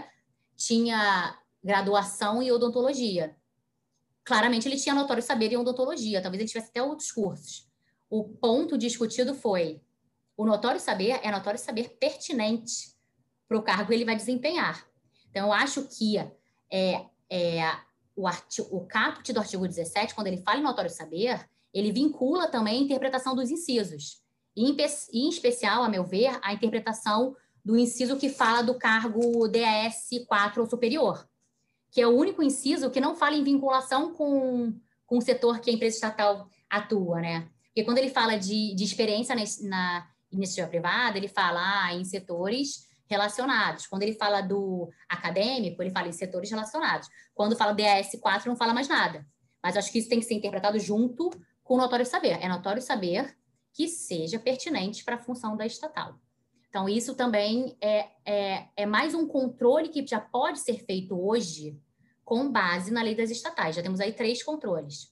C: tinha graduação em odontologia. Claramente ele tinha notório saber em odontologia, talvez ele tivesse até outros cursos. O ponto discutido foi, o notório saber é notório saber pertinente para o cargo que ele vai desempenhar. Então, eu acho que é, é, o, artigo, o caput do artigo dezessete, quando ele fala em notório saber, ele vincula também a interpretação dos incisos. E, em, e, em especial, a meu ver, a interpretação do inciso que fala do cargo D A S quatro ou superior, que é o único inciso que não fala em vinculação com, com o setor que a empresa estatal atua, né? Porque quando ele fala de, de experiência na, na iniciativa privada, ele fala ah, em setores relacionados. Quando ele fala do acadêmico, ele fala em setores relacionados. Quando fala D A S quatro, não fala mais nada. Mas acho que isso tem que ser interpretado junto com o notório saber. É notório saber que seja pertinente para a função da estatal. Então, isso também é, é, é mais um controle que já pode ser feito hoje com base na lei das estatais. Já temos aí três controles,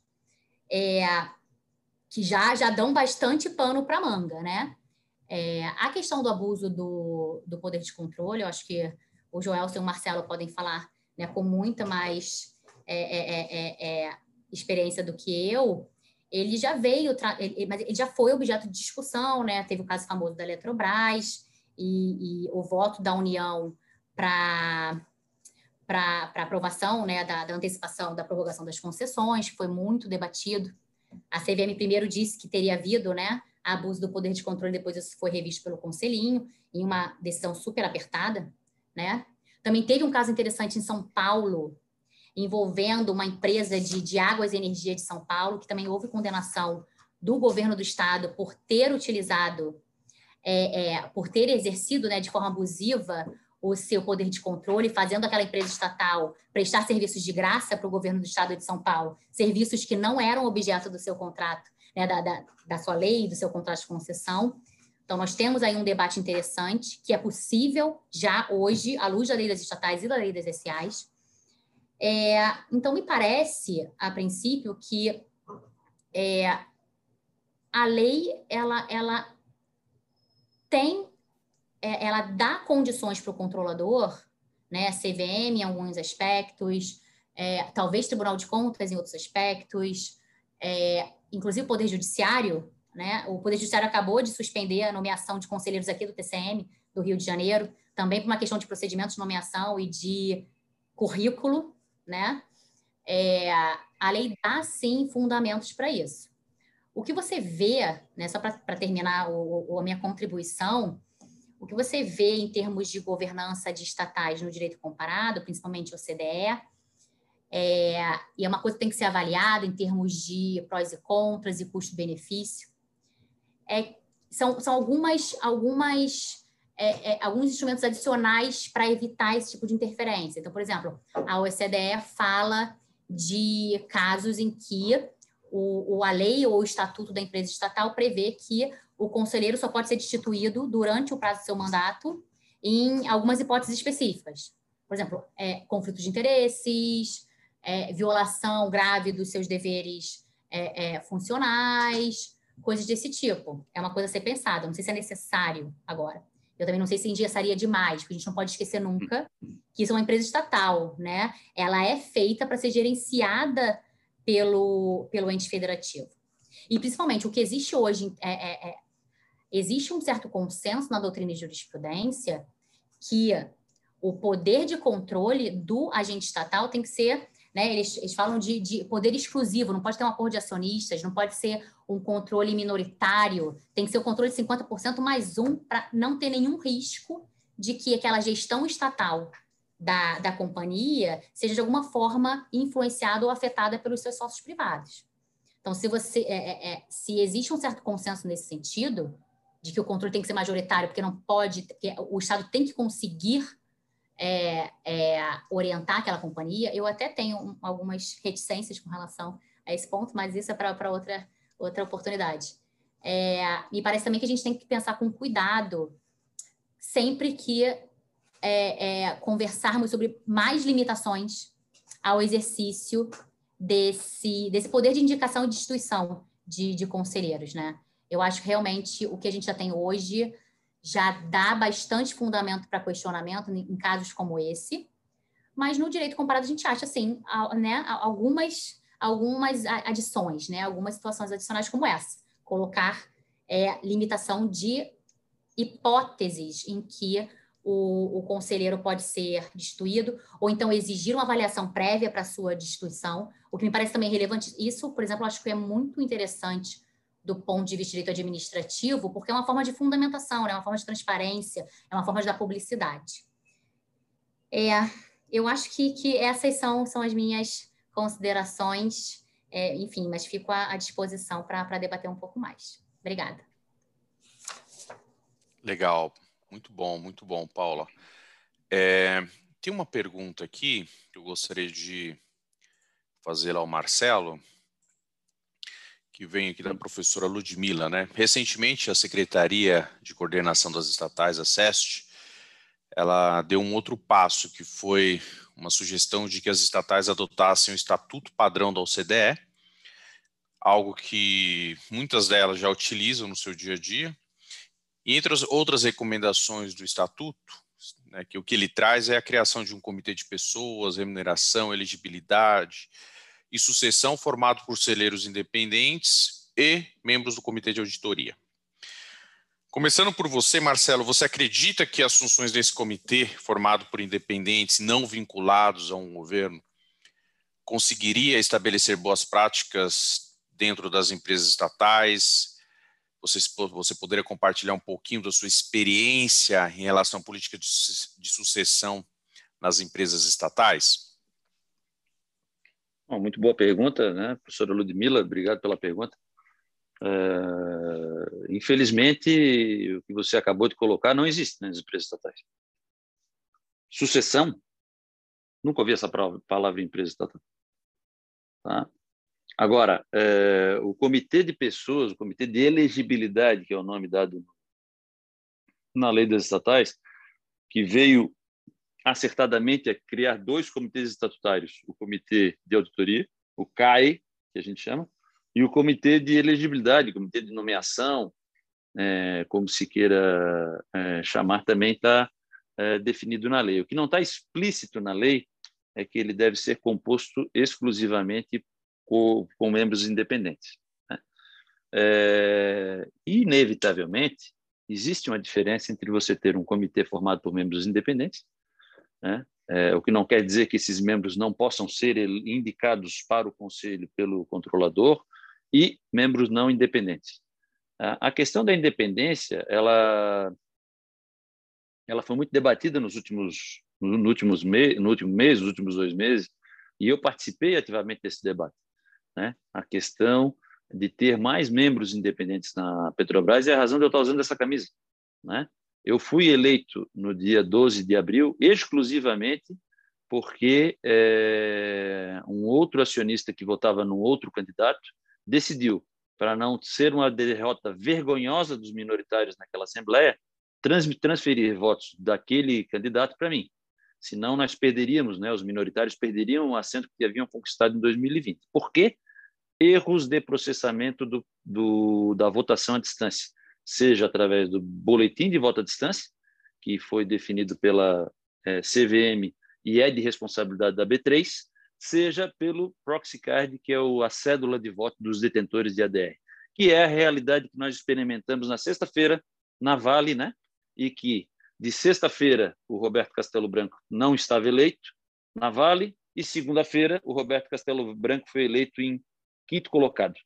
C: é, que já, já dão bastante pano para manga, né? É, a questão do abuso do, do poder de controle, eu acho que o Joelson e o Marcelo podem falar, né, com muita mais é, é, é, é, experiência do que eu. Ele já veio, ele, mas ele já foi objeto de discussão, né? Teve o caso famoso da Eletrobras e, e o voto da União para para aprovação, né, da, da antecipação da prorrogação das concessões, que foi muito debatido. A C V M primeiro disse que teria havido, né, abuso do poder de controle, depois isso foi revisto pelo Conselhinho, em uma decisão super apertada, né? Também teve um caso interessante em São Paulo, envolvendo uma empresa de, de águas e energia de São Paulo, que também houve condenação do governo do estado por ter utilizado, é, é, por ter exercido, né, de forma abusiva o seu poder de controle, fazendo aquela empresa estatal prestar serviços de graça para o governo do estado de São Paulo, serviços que não eram objeto do seu contrato, né, da, da, da sua lei, do seu contrato de concessão. Então, nós temos aí um debate interessante, que é possível já hoje, à luz da lei das estatais e da lei das S As. É, então, me parece, a princípio, que é, a lei, ela, ela tem, é, ela dá condições para o controlador, né, C V M em alguns aspectos, é, talvez Tribunal de Contas em outros aspectos, é, inclusive o Poder Judiciário, né, o Poder Judiciário acabou de suspender a nomeação de conselheiros aqui do T C M, do Rio de Janeiro, também por uma questão de procedimentos de nomeação e de currículo, né? É, a lei dá, sim, fundamentos para isso. o que você vê, né, só para terminar o, o, a minha contribuição, o que você vê em termos de governança de estatais no direito comparado, principalmente o C D E, é, e é uma coisa que tem que ser avaliada em termos de prós e contras e custo-benefício, é, são, são algumas, algumas, é, é, alguns instrumentos adicionais para evitar esse tipo de interferência. Então, por exemplo, a O C D E fala de casos em que o, o, a lei ou o estatuto da empresa estatal prevê que o conselheiro só pode ser destituído durante o prazo do seu mandato em algumas hipóteses específicas. Por exemplo, é, conflito de interesses, é, violação grave dos seus deveres é, é, funcionais, coisas desse tipo. É uma coisa a ser pensada. Não sei se é necessário agora. Eu também não sei se engessaria demais, porque a gente não pode esquecer nunca que isso é uma empresa estatal, né? Ela é feita para ser gerenciada pelo, pelo ente federativo. E, principalmente, o que existe hoje, é, é, é, existe um certo consenso na doutrina de jurisprudência que o poder de controle do agente estatal tem que ser, né, eles, eles falam de, de poder exclusivo, não pode ter um acordo de acionistas, não pode ser um controle minoritário, tem que ser o controle de cinquenta por cento mais um para não ter nenhum risco de que aquela gestão estatal da, da companhia seja de alguma forma influenciada ou afetada pelos seus sócios privados. Então, se, você, é, é, se existe um certo consenso nesse sentido, de que o controle tem que ser majoritário, porque não pode, porque o Estado tem que conseguir é, é, orientar aquela companhia, eu até tenho um, algumas reticências com relação a esse ponto, mas isso é para outra, outra oportunidade. É, me parece também que a gente tem que pensar com cuidado sempre que é, é, conversarmos sobre mais limitações ao exercício desse, desse poder de indicação e de destituição de, de conselheiros, né? Eu acho que realmente o que a gente já tem hoje já dá bastante fundamento para questionamento em, em casos como esse, mas no direito comparado a gente acha, assim, a, né, algumas, algumas adições, né? Algumas situações adicionais como essa. Colocar é, limitação de hipóteses em que o, o conselheiro pode ser destituído, ou então exigir uma avaliação prévia para a sua destituição, o que me parece também relevante. Isso, por exemplo, eu acho que é muito interessante do ponto de vista de direito administrativo, porque é uma forma de fundamentação, né? É uma forma de transparência, é uma forma de dar publicidade. É, eu acho que, que essas são, são as minhas considerações, é, enfim, mas fico à, à disposição para debater um pouco mais. Obrigada.
B: Legal. Muito bom, muito bom, Paula. É, tem uma pergunta aqui que eu gostaria de fazer ao Marcelo, que vem aqui da professora Ludmila, né? Recentemente, a Secretaria de Coordenação das Estatais, a SEST, ela deu um outro passo, que foi uma sugestão de que as estatais adotassem o Estatuto Padrão da O C D E, algo que muitas delas já utilizam no seu dia a dia. E entre as outras recomendações do Estatuto, né, que o que ele traz é a criação de um comitê de pessoas, remuneração, elegibilidade e sucessão formado por celeiros independentes e membros do comitê de auditoria. Começando por você, Marcelo, você acredita que as funções desse comitê, formado por independentes não vinculados a um governo, conseguiria estabelecer boas práticas dentro das empresas estatais? Você, você poderia compartilhar um pouquinho da sua experiência em relação à política de, de sucessão nas empresas estatais?
D: Bom, muito boa pergunta, né, professora Ludmila? Obrigado pela pergunta. Uh, infelizmente, o que você acabou de colocar não existe nas empresas estatais. Sucessão? Nunca ouvi essa palavra em empresa estatal. Tá? Agora, uh, o comitê de pessoas, o comitê de elegibilidade, que é o nome dado na lei das estatais, que veio acertadamente a criar dois comitês estatutários, o comitê de auditoria, o C A E, que a gente chama, e o comitê de elegibilidade, comitê de nomeação, é, como se queira é, chamar, também está é, definido na lei. O que não está explícito na lei é que ele deve ser composto exclusivamente com, com membros independentes, né? É, inevitavelmente, existe uma diferença entre você ter um comitê formado por membros independentes, né? É, o que não quer dizer que esses membros não possam ser indicados para o conselho pelo controlador e membros não independentes. A questão da independência, ela, ela foi muito debatida nos últimos, no, últimos me, no último mês, nos últimos dois meses, e eu participei ativamente desse debate, né? A questão de ter mais membros independentes na Petrobras é a razão de eu estar usando essa camisa, né? Eu fui eleito no dia doze de abril, exclusivamente porque é, um outro acionista que votava num outro candidato decidiu, para não ser uma derrota vergonhosa dos minoritários naquela Assembleia, trans, transferir votos daquele candidato para mim. Senão nós perderíamos, né, os minoritários perderiam o assento que haviam conquistado em dois mil e vinte. Por quê? Erros de processamento do, do, da votação à distância, seja através do boletim de voto à distância, que foi definido pela é, C V M e é de responsabilidade da B três, seja pelo proxy card, que é o, a cédula de voto dos detentores de A D R, que é a realidade que nós experimentamos na sexta-feira, na Vale, né? E que, de sexta-feira, o Roberto Castelo Branco não estava eleito na Vale, e segunda-feira, o Roberto Castelo Branco foi eleito em quinto colocado.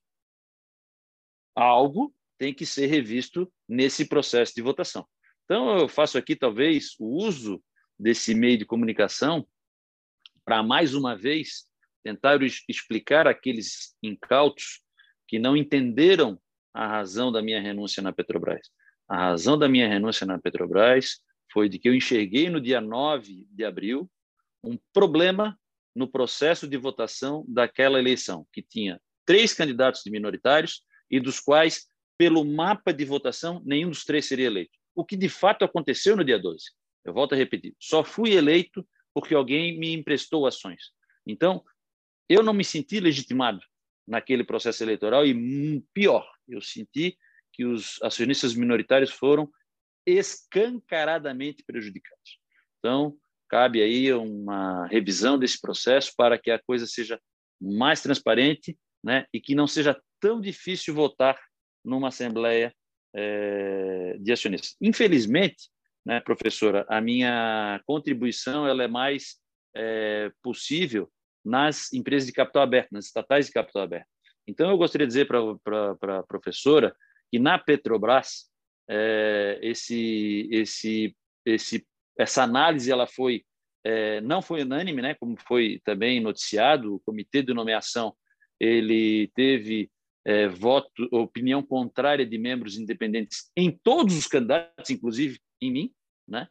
D: Algo tem que ser revisto nesse processo de votação. Então, eu faço aqui, talvez, o uso desse meio de comunicação para, mais uma vez, tentar explicar àqueles incautos que não entenderam a razão da minha renúncia na Petrobras. A razão da minha renúncia na Petrobras foi de que eu enxerguei no dia nove de abril um problema no processo de votação daquela eleição, que tinha três candidatos de minoritários e dos quais, pelo mapa de votação, nenhum dos três seria eleito. O que, de fato, aconteceu no dia doze. Eu volto a repetir, só fui eleito porque alguém me emprestou ações. Então, eu não me senti legitimado naquele processo eleitoral e, pior, eu senti que os acionistas minoritários foram escancaradamente prejudicados. Então, cabe aí uma revisão desse processo para que a coisa seja mais transparente, né, e que não seja tão difícil votar numa assembleia é, de acionistas. Infelizmente, né, professora, a minha contribuição ela é mais é, possível nas empresas de capital aberto, nas estatais de capital aberto. Então, eu gostaria de dizer para a professora que na Petrobras é, esse, esse, esse, essa análise ela foi, é, não foi unânime, né, como foi também noticiado, o comitê de nomeação ele teve é, voto, opinião contrária de membros independentes em todos os candidatos, inclusive em mim, né,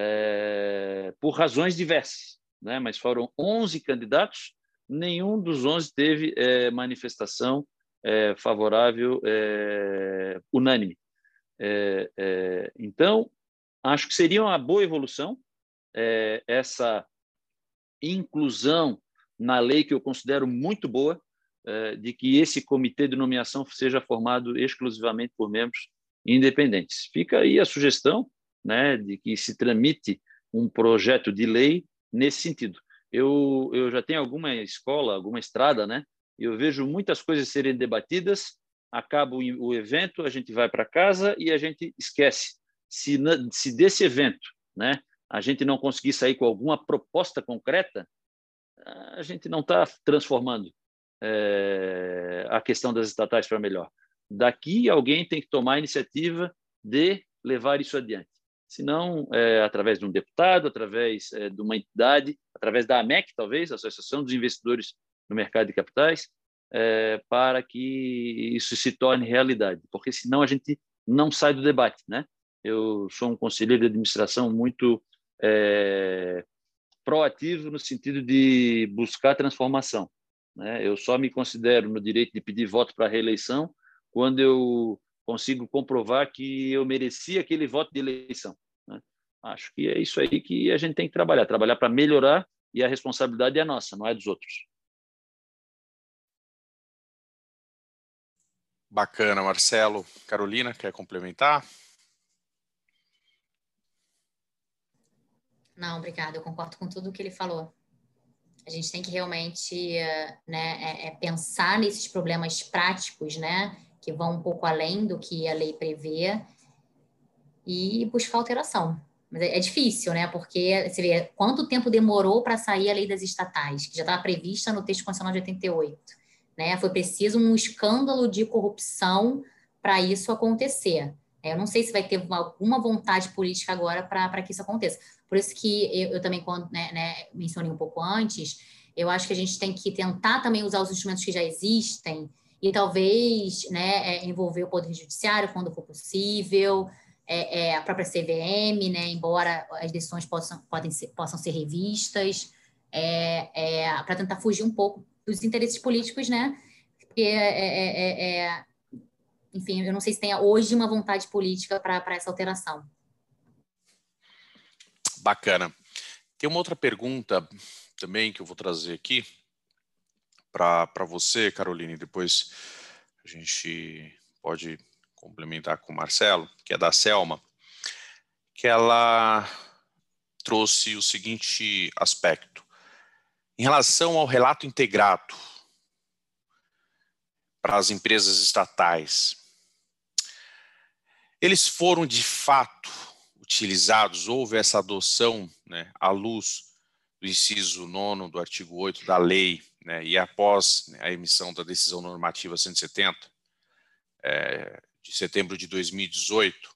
D: é, por razões diversas, né, mas foram onze candidatos, nenhum dos onze teve é, manifestação é, favorável é, unânime. É, é, então, acho que seria uma boa evolução é, essa inclusão na lei, que eu considero muito boa, é, de que esse comitê de nomeação seja formado exclusivamente por membros independentes. Fica aí a sugestão, né, de que se tramite um projeto de lei nesse sentido. Eu, eu já tenho alguma escola, alguma estrada, né? Eu vejo muitas coisas serem debatidas, acaba o evento, a gente vai para casa e a gente esquece. Se, se desse evento, né, a gente não conseguir sair com alguma proposta concreta, a gente não está transformando é, a questão das estatais para melhor. Daqui alguém tem que tomar a iniciativa de levar isso adiante. Se não, é, através de um deputado, através é, de uma entidade, através da AMEC, talvez, Associação dos Investidores no Mercado de Capitais, é, para que isso se torne realidade, porque senão a gente não sai do debate, né? Eu sou um conselheiro de administração muito é, proativo no sentido de buscar transformação, né? Eu só me considero no direito de pedir voto para a reeleição quando eu consigo comprovar que eu merecia aquele voto de eleição, né? Acho que é isso aí que a gente tem que trabalhar, trabalhar para melhorar, e a responsabilidade é nossa, não é dos outros.
B: Bacana, Marcelo. Carolina, quer complementar?
C: Não, obrigada. Eu concordo com tudo o que ele falou. A gente tem que realmente né, é, é pensar nesses problemas práticos, né, que vão um pouco além do que a lei prevê e buscar alteração. Mas é, é difícil, né, porque você vê quanto tempo demorou para sair a lei das estatais, que já estava prevista no texto constitucional de oitenta e oito. né? Foi preciso um escândalo de corrupção para isso acontecer. Eu não sei se vai ter alguma vontade política agora para que isso aconteça. Por isso que eu, eu também, quando, né, né, mencionei um pouco antes, eu acho que a gente tem que tentar também usar os instrumentos que já existem e talvez, né, é, envolver o Poder Judiciário quando for possível, é, é, a própria C V M, né, embora as decisões possam, podem ser, possam ser revistas, é, é, para tentar fugir um pouco dos interesses políticos, né? Porque, é, é, é, enfim, eu não sei se tem hoje uma vontade política para essa alteração.
B: Bacana. Tem uma outra pergunta também que eu vou trazer aqui para você, Caroline, depois a gente pode complementar com o Marcelo, que é da Selma, que ela trouxe o seguinte aspecto. Em relação ao relato integrado para as empresas estatais, eles foram de fato utilizados, houve essa adoção, né, à luz do inciso nono do artigo oito da lei, né, e após, né, a emissão da decisão normativa cento e setenta, é, de setembro de dois mil e dezoito,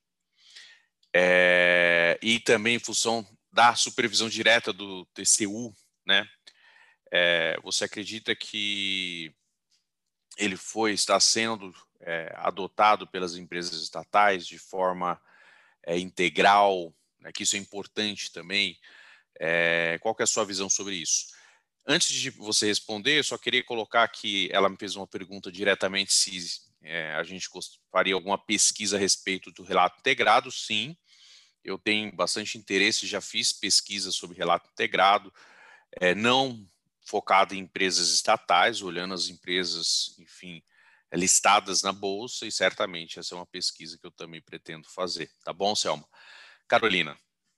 B: é, e também em função da supervisão direta do T C U, né, é, você acredita que ele foi, está sendo é, adotado pelas empresas estatais de forma é, integral, né, que isso é importante também? É, qual que é a sua visão sobre isso? Antes de você responder, eu só queria colocar que ela me fez uma pergunta diretamente se é, a gente faria alguma pesquisa a respeito do relato integrado. Sim, eu tenho bastante interesse, já fiz pesquisa sobre relato integrado, é, não focado em empresas estatais, olhando as empresas, enfim, listadas na Bolsa, e certamente essa é uma pesquisa que eu também pretendo fazer. Tá bom, Selma? Carolina.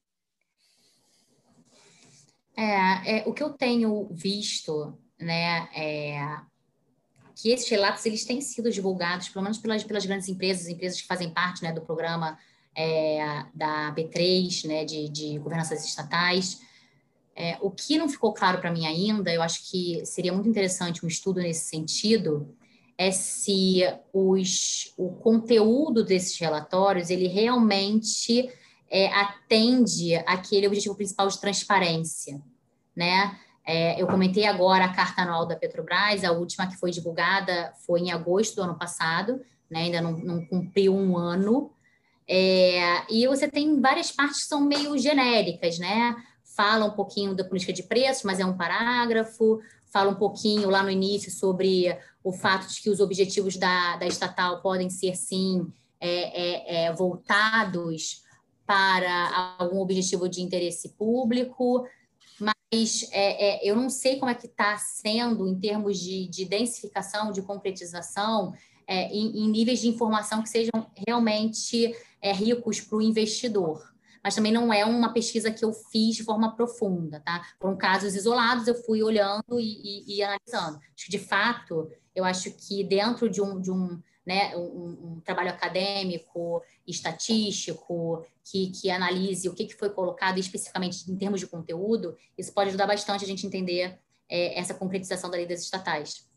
C: É, é, o que eu tenho visto, né, é que esses relatos eles têm sido divulgados, pelo menos pelas, pelas grandes empresas, empresas que fazem parte, né, do programa é, da B três, né, de, de governanças estatais. É, o que não ficou claro para mim ainda, eu acho que seria muito interessante um estudo nesse sentido, é se os, o conteúdo desses relatórios ele realmente é, atende àquele objetivo principal de transparência, né? É, eu comentei agora a carta anual da Petrobras, a última que foi divulgada foi em agosto do ano passado, né? Ainda não, não cumpriu um ano, é, e você tem várias partes que são meio genéricas, né? Fala um pouquinho da política de preços, mas é um parágrafo, fala um pouquinho lá no início sobre o fato de que os objetivos da, da estatal podem ser, sim, é, é, é, voltados para algum objetivo de interesse público, mas é, é, eu não sei como é que está sendo em termos de, de densificação, de concretização, é, em, em níveis de informação que sejam realmente é, ricos para o investidor. Mas também não é uma pesquisa que eu fiz de forma profunda, tá? Foram casos isolados, eu fui olhando e, e, e analisando. Acho que, de fato, eu acho que dentro de um, de um, né, um, um trabalho acadêmico, estatístico, que, que analise o que, que foi colocado especificamente em termos de conteúdo, isso pode ajudar bastante a gente entender é, essa concretização da lei das estatais.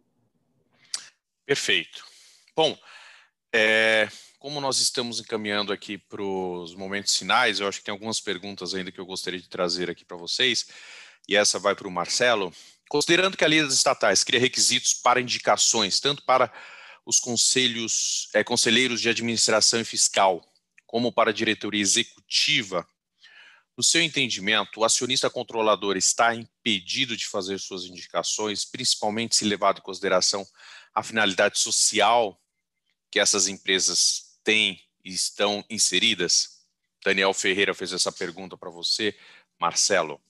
B: Perfeito. Bom, é, como nós estamos encaminhando aqui para os momentos finais, eu acho que tem algumas perguntas ainda que eu gostaria de trazer aqui para vocês, e essa vai para o Marcelo. Considerando que a lei das estatais cria requisitos para indicações, tanto para os conselhos, é, conselheiros de administração e fiscal, como para a diretoria executiva, no seu entendimento, o acionista controlador está impedido de fazer suas indicações, principalmente se levado em consideração a finalidade social que essas empresas têm e estão inseridas? Daniel Ferreira fez essa pergunta para você. Marcelo.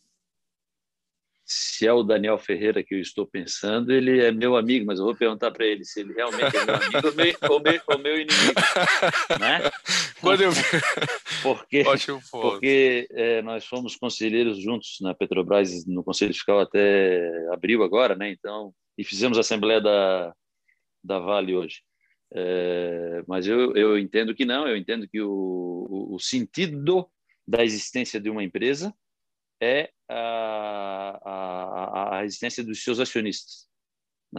D: Se é o Daniel Ferreira que eu estou pensando, ele é meu amigo, mas eu vou perguntar para ele se ele realmente é meu amigo ou meu, ou meu, ou meu inimigo, né?
B: Quando eu...
D: Porque, porque é, nós fomos conselheiros juntos na Petrobras, no Conselho Fiscal até abril agora, né? Então, e fizemos a Assembleia da, da Vale hoje. É, mas eu, eu entendo que não, eu entendo que o, o, o sentido da existência de uma empresa é a, a, a existência dos seus acionistas, né?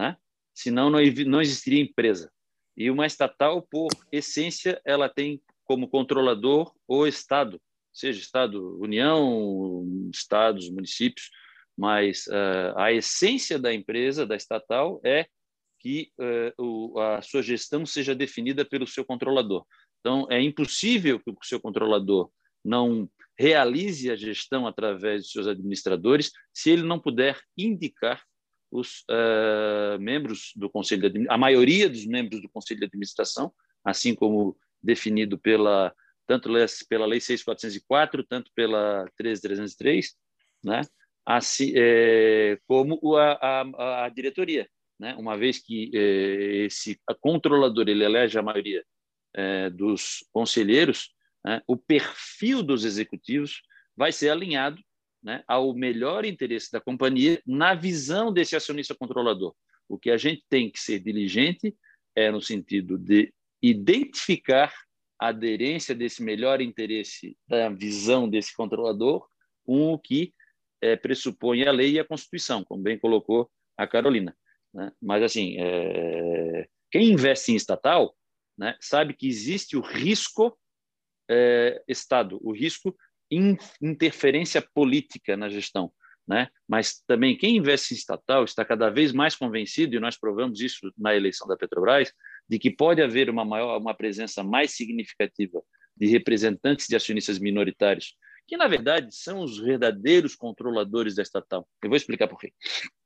D: senão não, não existiria empresa. E uma estatal, por essência, ela tem como controlador o Estado, seja Estado, União, Estados, municípios, mas uh, a essência da empresa, da estatal, é que uh, o, a sua gestão seja definida pelo seu controlador. Então, é impossível que o seu controlador não realize a gestão através dos seus administradores se ele não puder indicar os uh, membros do Conselho de Administração, a maioria dos membros do Conselho de Administração, assim como definido pela, tanto pela Lei seis mil quatrocentos e quatro, tanto pela treze mil trezentos e três, né? Assim, é, como a, a, a diretoria, né? Uma vez que é, esse controlador ele elege a maioria é, dos conselheiros, né? O perfil dos executivos vai ser alinhado, né, ao melhor interesse da companhia na visão desse acionista controlador. O que a gente tem que ser diligente é no sentido de identificar a aderência desse melhor interesse da visão desse controlador com o que é, pressupõe a lei e a Constituição, como bem colocou a Carolina, né? Mas, assim, é, quem investe em estatal, né, sabe que existe o risco é, Estado, o risco interferência política na gestão, né? Mas também quem investe em estatal está cada vez mais convencido, e nós provamos isso na eleição da Petrobras, de que pode haver uma maior, uma presença mais significativa de representantes de acionistas minoritários, que na verdade são os verdadeiros controladores da estatal. Eu vou explicar por quê.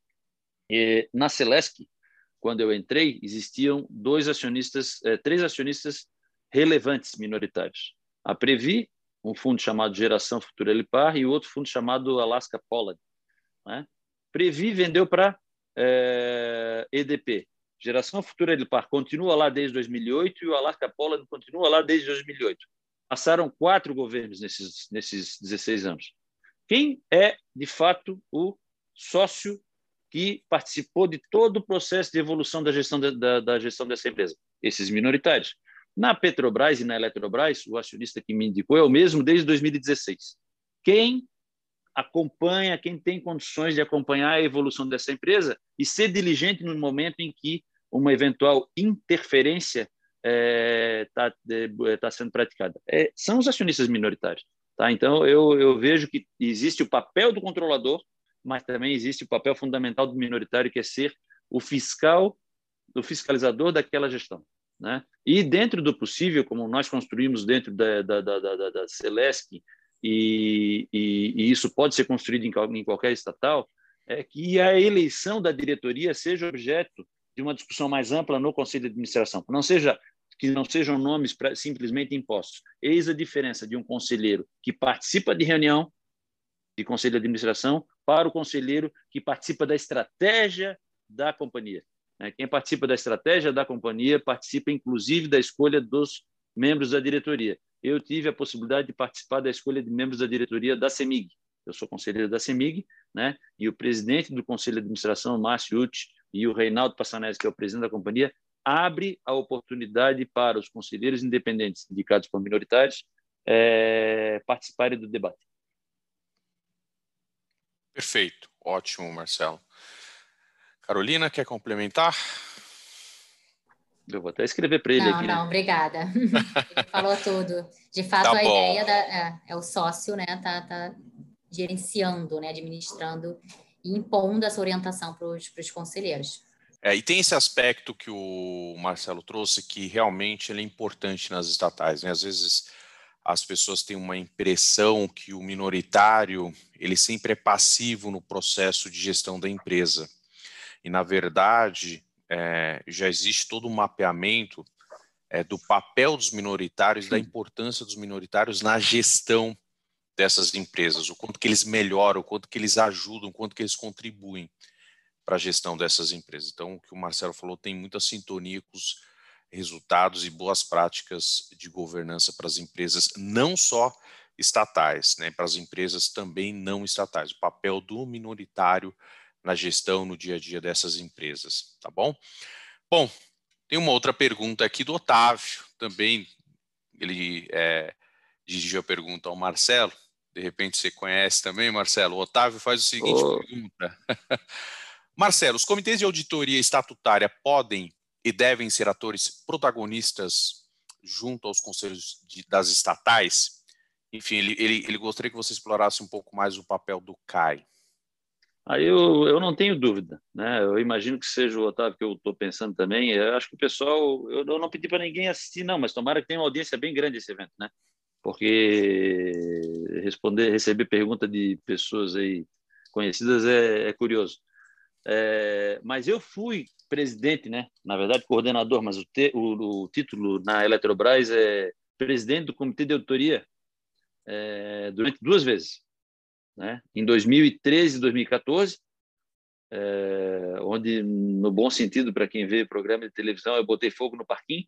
D: E, na Celesc, quando eu entrei, existiam dois acionistas, eh, três acionistas relevantes minoritários: a Previ, um fundo chamado Geração Futura Elipar e outro fundo chamado Alaska Pollard, né? Previ vendeu para é, E D P. Geração Futura Elipar continua lá desde dois mil e oito e o Alaska Pollard continua lá desde dois mil e oito. Passaram quatro governos nesses, nesses dezesseis anos. Quem é, de fato, o sócio que participou de todo o processo de evolução da gestão, da, da, da gestão dessa empresa? Esses minoritários. Na Petrobras e na Eletrobras, o acionista que me indicou é o mesmo desde dois mil e dezesseis. Quem acompanha, quem tem condições de acompanhar a evolução dessa empresa e ser diligente no momento em que uma eventual interferência está é, tá sendo praticada. É, são os acionistas minoritários. Tá? Então, eu, eu vejo que existe o papel do controlador, mas também existe o papel fundamental do minoritário, que é ser o fiscal, o fiscalizador daquela gestão, né? E dentro do possível, como nós construímos dentro da, da, da, da, da Celesc, e, e, e isso pode ser construído em, em qualquer estatal, é que a eleição da diretoria seja objeto de uma discussão mais ampla no Conselho de Administração, não seja, que não sejam nomes pra, simplesmente impostos. Eis a diferença de um conselheiro que participa de reunião de Conselho de Administração para o conselheiro que participa da estratégia da companhia. Quem participa da estratégia da companhia participa, inclusive, da escolha dos membros da diretoria. Eu tive a possibilidade de participar da escolha de membros da diretoria da CEMIG. Eu sou conselheiro da CEMIG, né? E o presidente do Conselho de Administração, Márcio Uti, e o Reinaldo Passanese, que é o presidente da companhia, abre a oportunidade para os conselheiros independentes indicados por minoritários é, participarem do debate.
B: Perfeito. Ótimo, Marcelo. Carolina, quer complementar?
D: Eu vou até escrever para ele
C: não,
D: aqui.
C: Não, não, obrigada. Ele falou tudo. De fato, tá a bom. ideia da, é, é o sócio, né, tá, tá gerenciando, né, administrando e impondo essa orientação para os conselheiros.
B: É, e tem esse aspecto que o Marcelo trouxe que realmente ele é importante nas estatais, né? Às vezes as pessoas têm uma impressão que o minoritário ele sempre é passivo no processo de gestão da empresa. E, na verdade, é, já existe todo um mapeamento é, do papel dos minoritários, da importância dos minoritários na gestão dessas empresas, o quanto que eles melhoram, o quanto que eles ajudam, o quanto que eles contribuem para a gestão dessas empresas. Então, o que o Marcelo falou tem muita sintonia com os resultados e boas práticas de governança para as empresas, não só estatais, né, para as empresas também não estatais, o papel do minoritário na gestão, no dia a dia dessas empresas, tá bom? Bom, tem uma outra pergunta aqui do Otávio, também ele é, dirigiu a pergunta ao Marcelo, de repente você conhece também, Marcelo. O Otávio faz o seguinte
D: oh.
B: pergunta. Marcelo, os comitês de auditoria estatutária podem e devem ser atores protagonistas junto aos conselhos de, das estatais? Enfim, ele, ele, ele gostaria que você explorasse um pouco mais o papel do C A I.
D: Aí eu, eu não tenho dúvida, né? Eu imagino que seja o Otávio que eu estou pensando também. Eu acho que o pessoal, eu, eu não pedi para ninguém assistir, não, mas tomara que tenha uma audiência bem grande esse evento, né? Porque responder, receber pergunta de pessoas aí conhecidas é, é curioso. É, mas eu fui presidente, né? Na verdade, coordenador, mas o, te, o, o título na Eletrobras é presidente do Comitê de Auditoria é, durante duas vezes, né? Em dois mil e treze e dois mil e quatorze, é, onde, no bom sentido, para quem vê programa de televisão, eu botei fogo no parquinho,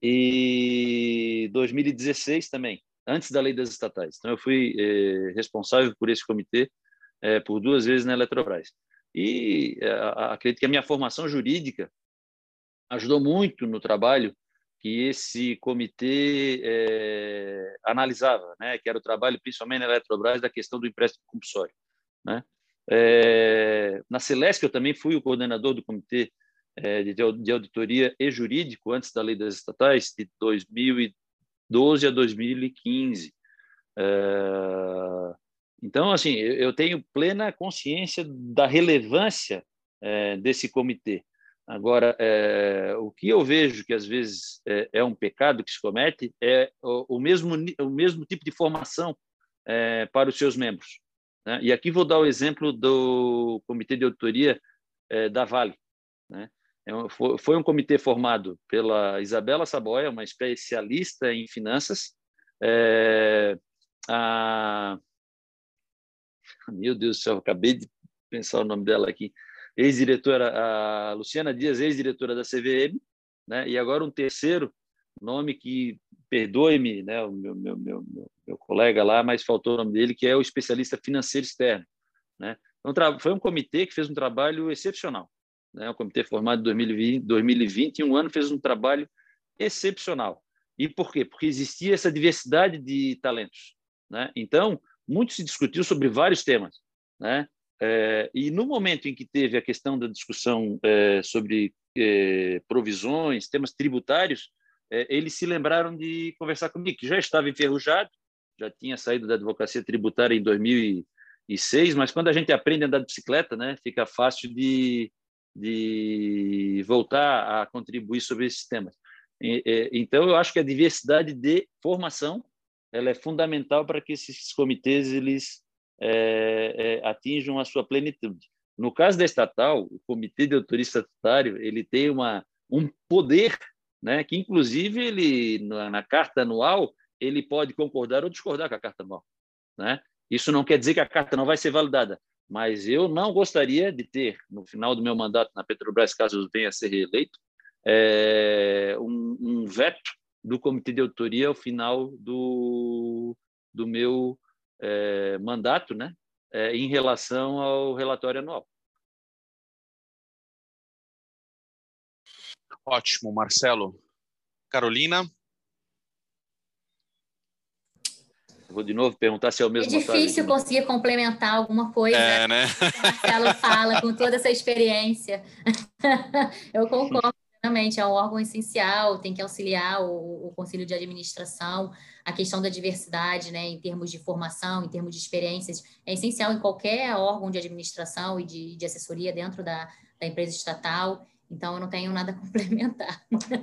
D: e dois mil e dezesseis também, antes da lei das estatais. Então, eu fui é, responsável por esse comitê é, por duas vezes na Eletrobras. E é, acredito que a minha formação jurídica ajudou muito no trabalho que esse comitê é, analisava, né? Que era o trabalho, principalmente na Eletrobras, da questão do empréstimo compulsório, né? É, na Celesc, eu também fui o coordenador do comitê é, de, de auditoria e jurídico antes da lei das estatais, de dois mil e doze a dois mil e quinze. É, então, assim, eu tenho plena consciência da relevância é, desse comitê. Agora, é, o que eu vejo que às vezes é, é um pecado que se comete é o, o, mesmo, o mesmo tipo de formação é, para os seus membros, né? E aqui vou dar o exemplo do Comitê de Auditoria é, da Vale, né? É um, foi, foi um comitê formado pela Isabela Saboia, uma especialista em finanças, é, a... meu Deus do céu, acabei de pensar o nome dela aqui, ex-diretora, a Luciana Dias, ex-diretora da C V M, né? E agora um terceiro nome que, perdoe-me, né, o meu, meu, meu, meu colega lá, mas faltou o nome dele, que é o especialista financeiro externo, né? Então, foi um comitê que fez um trabalho excepcional, né? Um comitê formado em dois mil e vinte, dois mil e vinte, e um ano fez um trabalho excepcional. E por quê? Porque existia essa diversidade de talentos, né? Então, muito se discutiu sobre vários temas, né? É, e no momento em que teve a questão da discussão é, sobre é, provisões, temas tributários, é, eles se lembraram de conversar comigo, que já estava enferrujado, já tinha saído da advocacia tributária em dois mil e seis, mas quando a gente aprende a andar de bicicleta, né, fica fácil de, de voltar a contribuir sobre esses temas. E, é, então, eu acho que a diversidade de formação ela é fundamental para que esses comitês eles É, é, atinjam a sua plenitude. No caso da estatal, o Comitê de Auditoria Estatutário ele tem uma, um poder, né, que, inclusive, ele, na, na carta anual, ele pode concordar ou discordar com a carta anual, né? Isso não quer dizer que a carta não vai ser validada, mas eu não gostaria de ter, no final do meu mandato na Petrobras, caso eu venha a ser reeleito, é, um, um veto do Comitê de Auditoria ao final do, do meu É, mandato, né, é, em relação ao relatório anual.
B: Ótimo, Marcelo. Carolina?
D: Eu vou de novo perguntar se é o mesmo.
C: É difícil
D: Otávio,
C: conseguir complementar alguma coisa.
B: É, né?
C: O Marcelo fala com toda essa experiência. Eu concordo. Realmente, é um órgão essencial, tem que auxiliar o, o Conselho de Administração, a questão da diversidade, né, em termos de formação, em termos de experiências, é essencial em qualquer órgão de administração e de, de assessoria dentro da, da empresa estatal, então eu não tenho nada a complementar.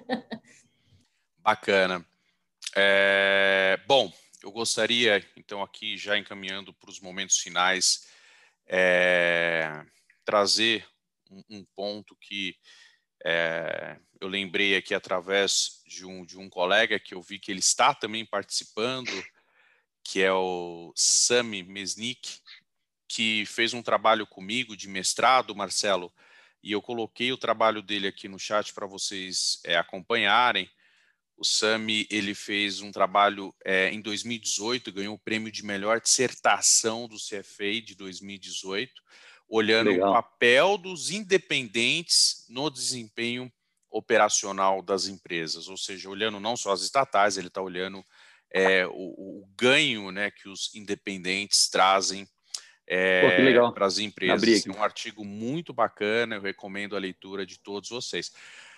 B: Bacana. É, bom, eu gostaria, então, aqui já encaminhando para os momentos finais, é, trazer um, um ponto que É, eu lembrei aqui através de um, de um colega que eu vi que ele está também participando, que é o Sami Mesnik, que fez um trabalho comigo de mestrado, Marcelo, e eu coloquei o trabalho dele aqui no chat para vocês é, acompanharem. O Sami, ele fez um trabalho é, em dois mil e dezoito, ganhou o prêmio de melhor dissertação do C F A de dois mil e dezoito, olhando Legal. o papel dos independentes no desempenho operacional das empresas, ou seja, olhando não só as estatais, ele está olhando é, o, o ganho, né, que os independentes trazem é, para as empresas. É um artigo muito bacana, eu recomendo a leitura de todos vocês.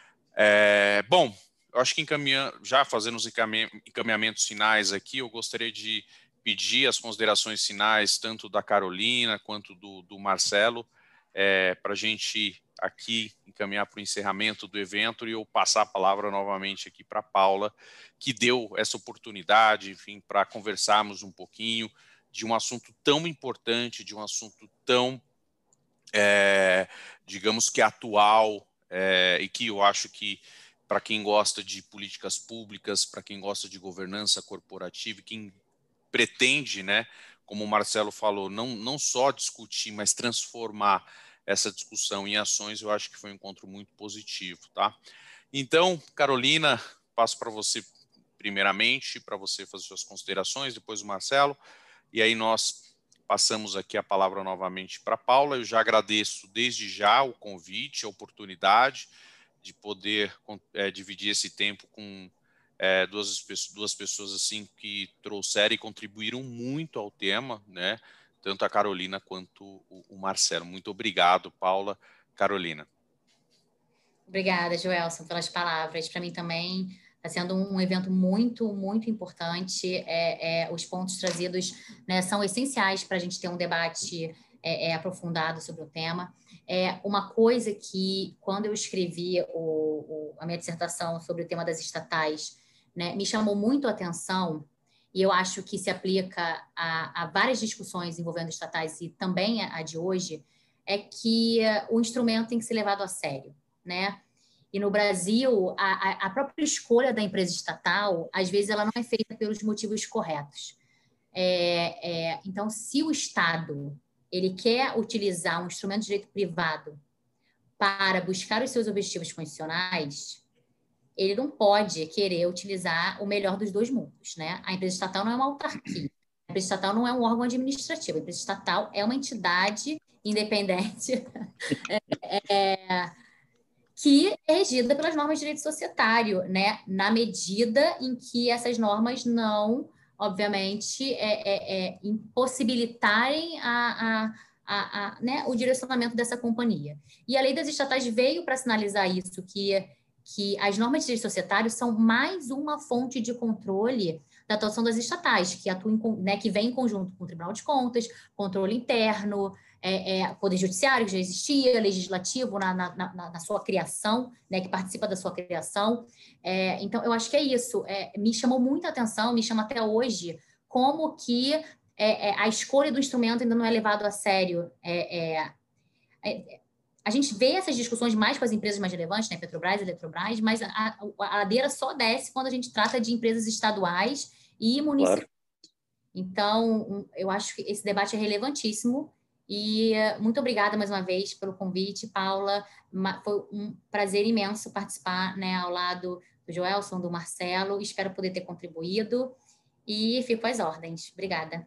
B: É, bom, eu acho que encaminhando, já fazendo os encaminhamentos finais aqui, eu gostaria de pedir as considerações finais, tanto da Carolina quanto do, do Marcelo, é, para a gente aqui encaminhar para o encerramento do evento e eu passar a palavra novamente aqui para a Paula, que deu essa oportunidade, enfim, para conversarmos um pouquinho de um assunto tão importante, de um assunto tão, é, digamos que atual, é, e que eu acho que para quem gosta de políticas públicas, para quem gosta de governança corporativa, quem pretende, né, como o Marcelo falou, não, não só discutir, mas transformar essa discussão em ações, eu acho que foi um encontro muito positivo, tá? Então, Carolina, passo para você primeiramente, para você fazer suas considerações, depois o Marcelo, e aí nós passamos aqui a palavra novamente para a Paula. Eu já agradeço desde já o convite, a oportunidade de poder é, dividir esse tempo com É, duas, duas pessoas assim que trouxeram e contribuíram muito ao tema, né? Tanto a Carolina quanto o, o Marcelo. Muito obrigado, Paula. Carolina.
C: Obrigada, Joelson, pelas palavras. Para mim também está sendo um evento muito, muito importante. É, é, os pontos trazidos, né, são essenciais para a gente ter um debate é, é, aprofundado sobre o tema. É uma coisa que, quando eu escrevi o, o, a minha dissertação sobre o tema das estatais, né, me chamou muito a atenção, e eu acho que se aplica a, a várias discussões envolvendo estatais e também a, a de hoje, é que uh, o instrumento tem que ser levado a sério, né? E no Brasil, a, a própria escolha da empresa estatal, às vezes, ela não é feita pelos motivos corretos. É, é, então, se o Estado ele quer utilizar um instrumento de direito privado para buscar os seus objetivos funcionais, ele não pode querer utilizar o melhor dos dois mundos, né? A empresa estatal não é uma autarquia, a empresa estatal não é um órgão administrativo, a empresa estatal é uma entidade independente é, é, que é regida pelas normas de direito societário, né? Na medida em que essas normas não, obviamente, é, é, é, impossibilitarem a, a, a, a, né, o direcionamento dessa companhia. E a lei das estatais veio para sinalizar isso, que que as normas de direito societário são mais uma fonte de controle da atuação das estatais, que atuam, né, que vem em conjunto com o Tribunal de Contas, controle interno, é, é, Poder Judiciário, que já existia, Legislativo na, na, na, na sua criação, né, que participa da sua criação. É, então, eu acho que é isso. É, me chamou muita atenção, me chama até hoje, como que é, é, a escolha do instrumento ainda não é levado a sério. É, é, é, A gente vê essas discussões mais com as empresas mais relevantes, né, Petrobras, Eletrobras, mas a, a, a ladeira só desce quando a gente trata de empresas estaduais e municipais. Claro. Então, eu acho que esse debate é relevantíssimo e muito obrigada mais uma vez pelo convite, Paula. Foi um prazer imenso participar, né, ao lado do Joelson, do Marcelo. Espero poder ter contribuído e fico às ordens. Obrigada.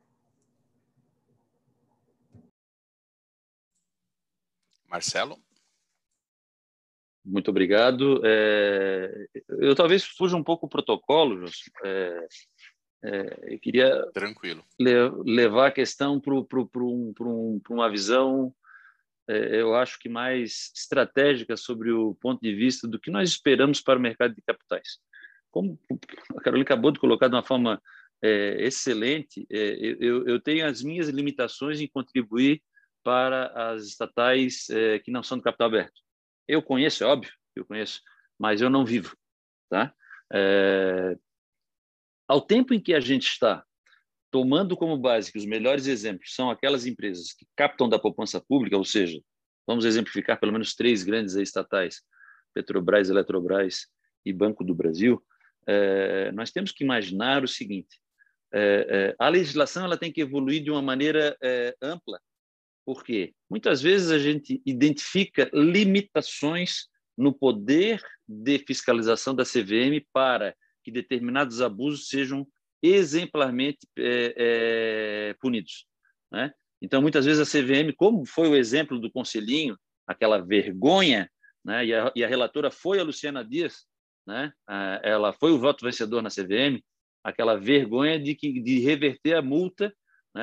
B: Marcelo?
D: Muito obrigado. É, eu talvez fuja um pouco o protocolo, é, é, eu queria
B: Tranquilo.
D: Le, levar a questão para um, um, uma visão, é, eu acho que mais estratégica sobre o ponto de vista do que nós esperamos para o mercado de capitais. Como a Carolina acabou de colocar de uma forma é, excelente, é, eu, eu tenho as minhas limitações em contribuir para as estatais eh, que não são do capital aberto. Eu conheço, é óbvio que eu conheço, mas eu não vivo. Tá? É... Ao tempo em que a gente está tomando como base que os melhores exemplos são aquelas empresas que captam da poupança pública, ou seja, vamos exemplificar pelo menos três grandes estatais, Petrobras, Eletrobras e Banco do Brasil, eh, nós temos que imaginar o seguinte, eh, eh, a legislação ela tem que evoluir de uma maneira eh, ampla. Por quê? Muitas vezes a gente identifica limitações no poder de fiscalização da C V M para que determinados abusos sejam exemplarmente é, é, punidos, né? Então, muitas vezes a C V M, como foi o exemplo do Conselhinho, aquela vergonha, né? e, a, e a relatora foi a Luciana Dias, né? Ela foi o voto vencedor na C V M, aquela vergonha de, que, de reverter a multa, né?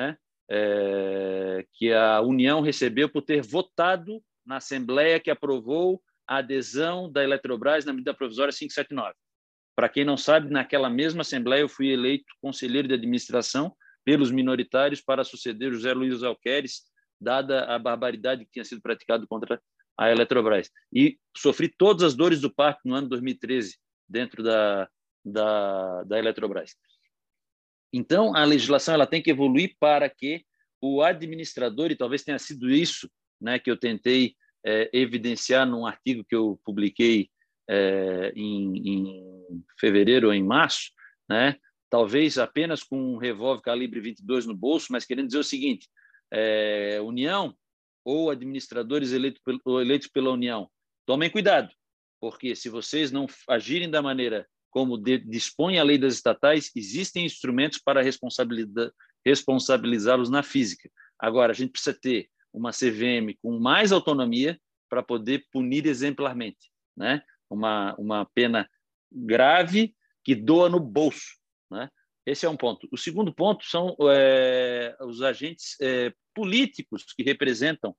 D: é, que a União recebeu por ter votado na Assembleia que aprovou a adesão da Eletrobras na medida provisória quinhentos e setenta e nove. Para quem não sabe, naquela mesma Assembleia eu fui eleito conselheiro de administração pelos minoritários para suceder José Luiz Alqueres, dada a barbaridade que tinha sido praticada contra a Eletrobras. E sofri todas as dores do parto no ano dois mil e treze, dentro da, da, da Eletrobras. Então, a legislação ela tem que evoluir para que o administrador, e talvez tenha sido isso, né, que eu tentei é, evidenciar num artigo que eu publiquei é, em, em fevereiro ou em março, né, talvez apenas com um revólver calibre vinte e dois no bolso, mas querendo dizer o seguinte, é, União ou administradores eleitos, ou eleitos pela União, tomem cuidado, porque se vocês não agirem da maneira como de, dispõe a lei das estatais, existem instrumentos para responsabilizá-los na física. Agora, a gente precisa ter uma C V M com mais autonomia para poder punir exemplarmente, né? Uma, uma pena grave que doa no bolso, né? Esse é um ponto. O segundo ponto são é, os agentes é, políticos que representam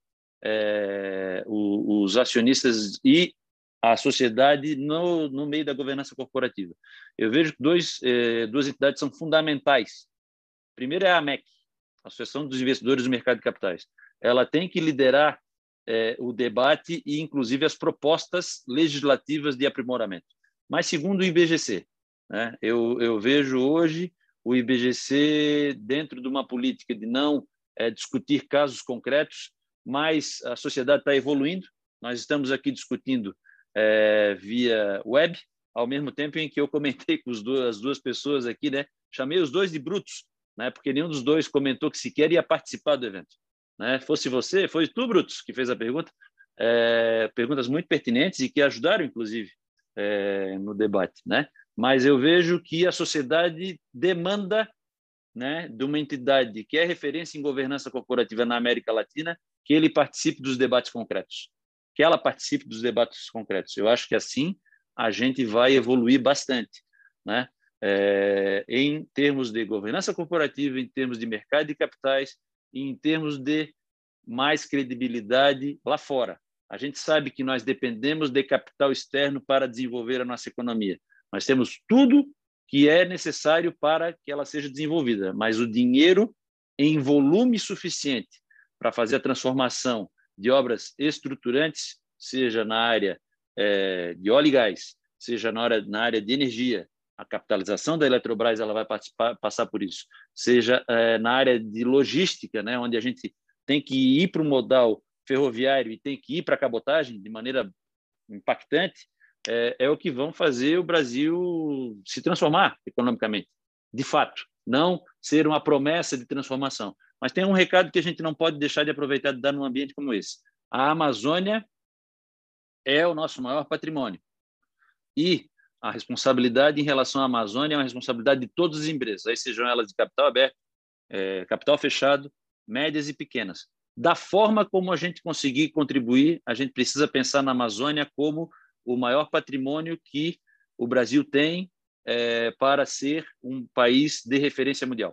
D: é, o, os acionistas e a sociedade no, no meio da governança corporativa. Eu vejo que dois, eh, duas entidades são fundamentais. Primeiro é a AMEC, Associação dos Investidores do Mercado de Capitais. Ela tem que liderar eh, o debate e, inclusive, as propostas legislativas de aprimoramento. Mas, segundo o I B G C, né, eu, eu vejo hoje o I B G C dentro de uma política de não eh, discutir casos concretos, mas a sociedade está evoluindo. Nós estamos aqui discutindo É, via web, ao mesmo tempo em que eu comentei com os dois, as duas pessoas aqui, né? Chamei os dois de brutos, né? Porque nenhum dos dois comentou que sequer ia participar do evento, né? Fosse você, foi tu, Brutus, que fez a pergunta, é, perguntas muito pertinentes e que ajudaram, inclusive, é, no debate, né? Mas eu vejo que a sociedade demanda, né, de uma entidade que é referência em governança corporativa na América Latina, que ele participe dos debates concretos. Que ela participe dos debates concretos. Eu acho que assim a gente vai evoluir bastante, né? É, em termos de governança corporativa, em termos de mercado de capitais e em termos de mais credibilidade lá fora. A gente sabe que nós dependemos de capital externo para desenvolver a nossa economia. Nós temos tudo que é necessário para que ela seja desenvolvida, mas o dinheiro em volume suficiente para fazer a transformação de obras estruturantes, seja na área é, de óleo e gás, seja na área, na área de energia, a capitalização da Eletrobras ela vai participar, passar por isso, seja é, na área de logística, né, onde a gente tem que ir para o modal ferroviário e tem que ir para a cabotagem de maneira impactante, é, é o que vão fazer o Brasil se transformar economicamente, de fato, não ser uma promessa de transformação. Mas tem um recado que a gente não pode deixar de aproveitar de dar num ambiente como esse. A Amazônia é o nosso maior patrimônio. E a responsabilidade em relação à Amazônia é uma responsabilidade de todas as empresas, aí sejam elas de capital aberto, é, capital fechado, médias e pequenas. Da forma como a gente conseguir contribuir, a gente precisa pensar na Amazônia como o maior patrimônio que o Brasil tem é, para ser um país de referência mundial.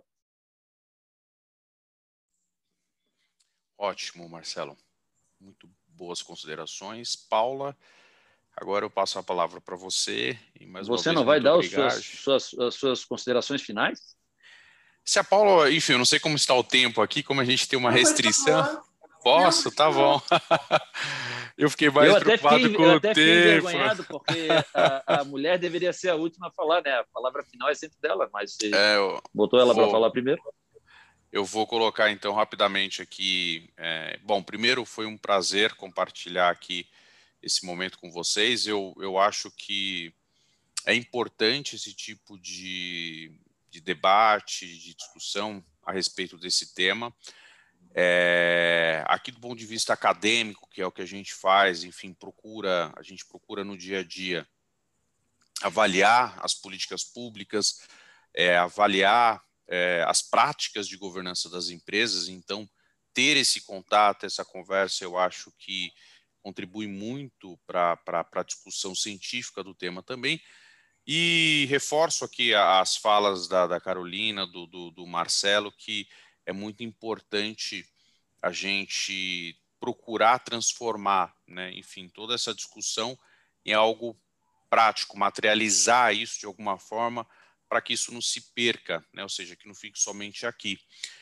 B: Ótimo, Marcelo. Muito boas considerações. Paula, agora eu passo a palavra para você. E mais
D: você
B: uma
D: não
B: vez,
D: vai dar
B: as
D: suas, suas, as suas considerações finais?
B: Se a Paula, enfim, eu não sei como está o tempo aqui, como a gente tem uma
A: Não,
B: restrição. Posso?
A: Não,
B: tá bom. Eu fiquei mais
D: eu
B: preocupado
D: fiquei,
B: com
D: eu
B: o
D: até fiquei
B: tempo.
D: envergonhado, porque a, a mulher deveria ser a última a falar, né? A palavra final é sempre dela, mas você
B: é, eu
D: botou ela
B: vou...
D: para falar primeiro.
B: Eu vou colocar, então, rapidamente aqui. É, bom, primeiro, foi um prazer compartilhar aqui esse momento com vocês. Eu, eu acho que é importante esse tipo de, de debate, de discussão a respeito desse tema. É, aqui, do ponto de vista acadêmico, que é o que a gente faz, enfim, procura, a gente procura no dia a dia avaliar as políticas públicas, é, avaliar É, as práticas de governança das empresas. Então, ter esse contato, essa conversa, eu acho que contribui muito para a discussão científica do tema também. E reforço aqui as falas da, da Carolina, do, do, do Marcelo, que é muito importante a gente procurar transformar, né, enfim, toda essa discussão em algo prático, materializar isso de alguma forma para que isso não se perca, né, ou seja, que não fique somente aqui.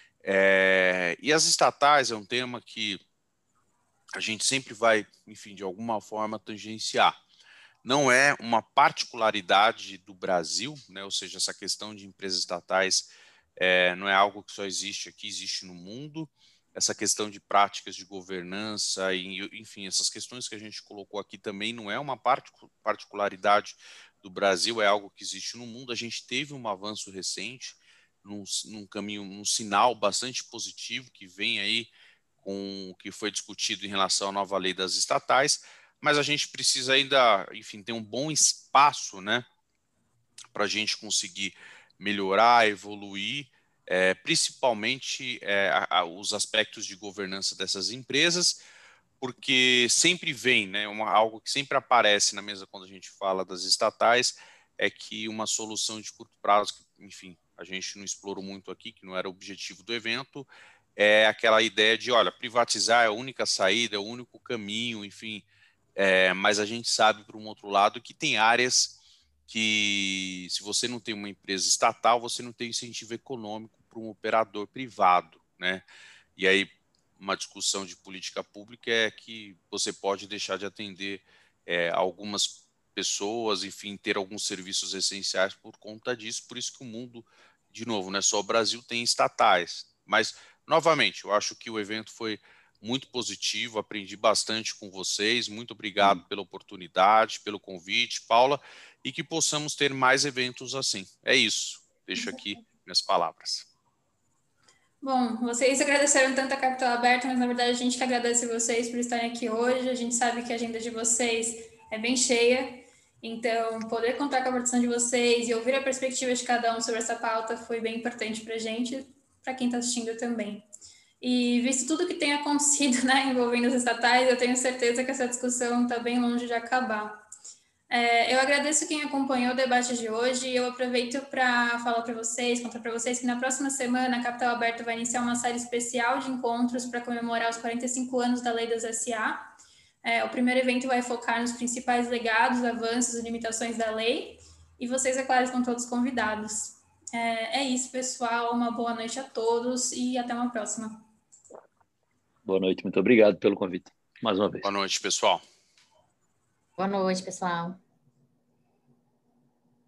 B: É, e as estatais é um tema que a gente sempre vai, enfim, de alguma forma tangenciar. Não é uma particularidade do Brasil, né, ou seja, essa questão de empresas estatais é, não é algo que só existe aqui, existe no mundo. Essa questão de práticas de governança, e, enfim, essas questões que a gente colocou aqui também não é uma particularidade do Brasil, é algo que existe no mundo. A gente teve um avanço recente, num, num caminho, num sinal bastante positivo que vem aí com o que foi discutido em relação à nova lei das estatais, mas a gente precisa ainda, enfim, ter um bom espaço, né, para a gente conseguir melhorar, evoluir, é, principalmente é, a, a, os aspectos de governança dessas empresas, porque sempre vem, né, uma, algo que sempre aparece na mesa quando a gente fala das estatais, é que uma solução de curto prazo, que, enfim, a gente não explorou muito aqui, que não era o objetivo do evento, é aquela ideia de, olha, privatizar é a única saída, é o único caminho, enfim, é, mas a gente sabe, por um outro lado, que tem áreas que, se você não tem uma empresa estatal, você não tem incentivo econômico para um operador privado, né? E aí, uma discussão de política pública é que você pode deixar de atender é, algumas pessoas, enfim, ter alguns serviços essenciais por conta disso. Por isso que o mundo, de novo, não é só o Brasil, tem estatais. Mas, novamente, eu acho que o evento foi muito positivo, aprendi bastante com vocês. Muito obrigado hum. pela oportunidade, pelo convite, Paula, e que possamos ter mais eventos assim. É isso. Deixo aqui minhas palavras.
A: Bom, vocês agradeceram tanto a Capital Aberta, mas na verdade a gente que agradece vocês por estarem aqui hoje. A gente sabe que a agenda de vocês é bem cheia, então poder contar com a participação de vocês e ouvir a perspectiva de cada um sobre essa pauta foi bem importante para a gente, para quem está assistindo também. E visto tudo que tem acontecido, né, envolvendo os estatais, eu tenho certeza que essa discussão está bem longe de acabar. É, eu agradeço quem acompanhou o debate de hoje e eu aproveito para falar para vocês, contar para vocês que na próxima semana a Capital Aberta vai iniciar uma série especial de encontros para comemorar os quarenta e cinco anos da Lei das S A. É, o primeiro evento vai focar nos principais legados, avanços e limitações da lei e vocês, é claro, estão todos convidados. É, é isso, pessoal. Uma boa noite a todos e até uma próxima.
D: Boa noite, muito obrigado pelo convite, mais uma vez.
B: Boa noite, pessoal.
C: Boa noite, pessoal.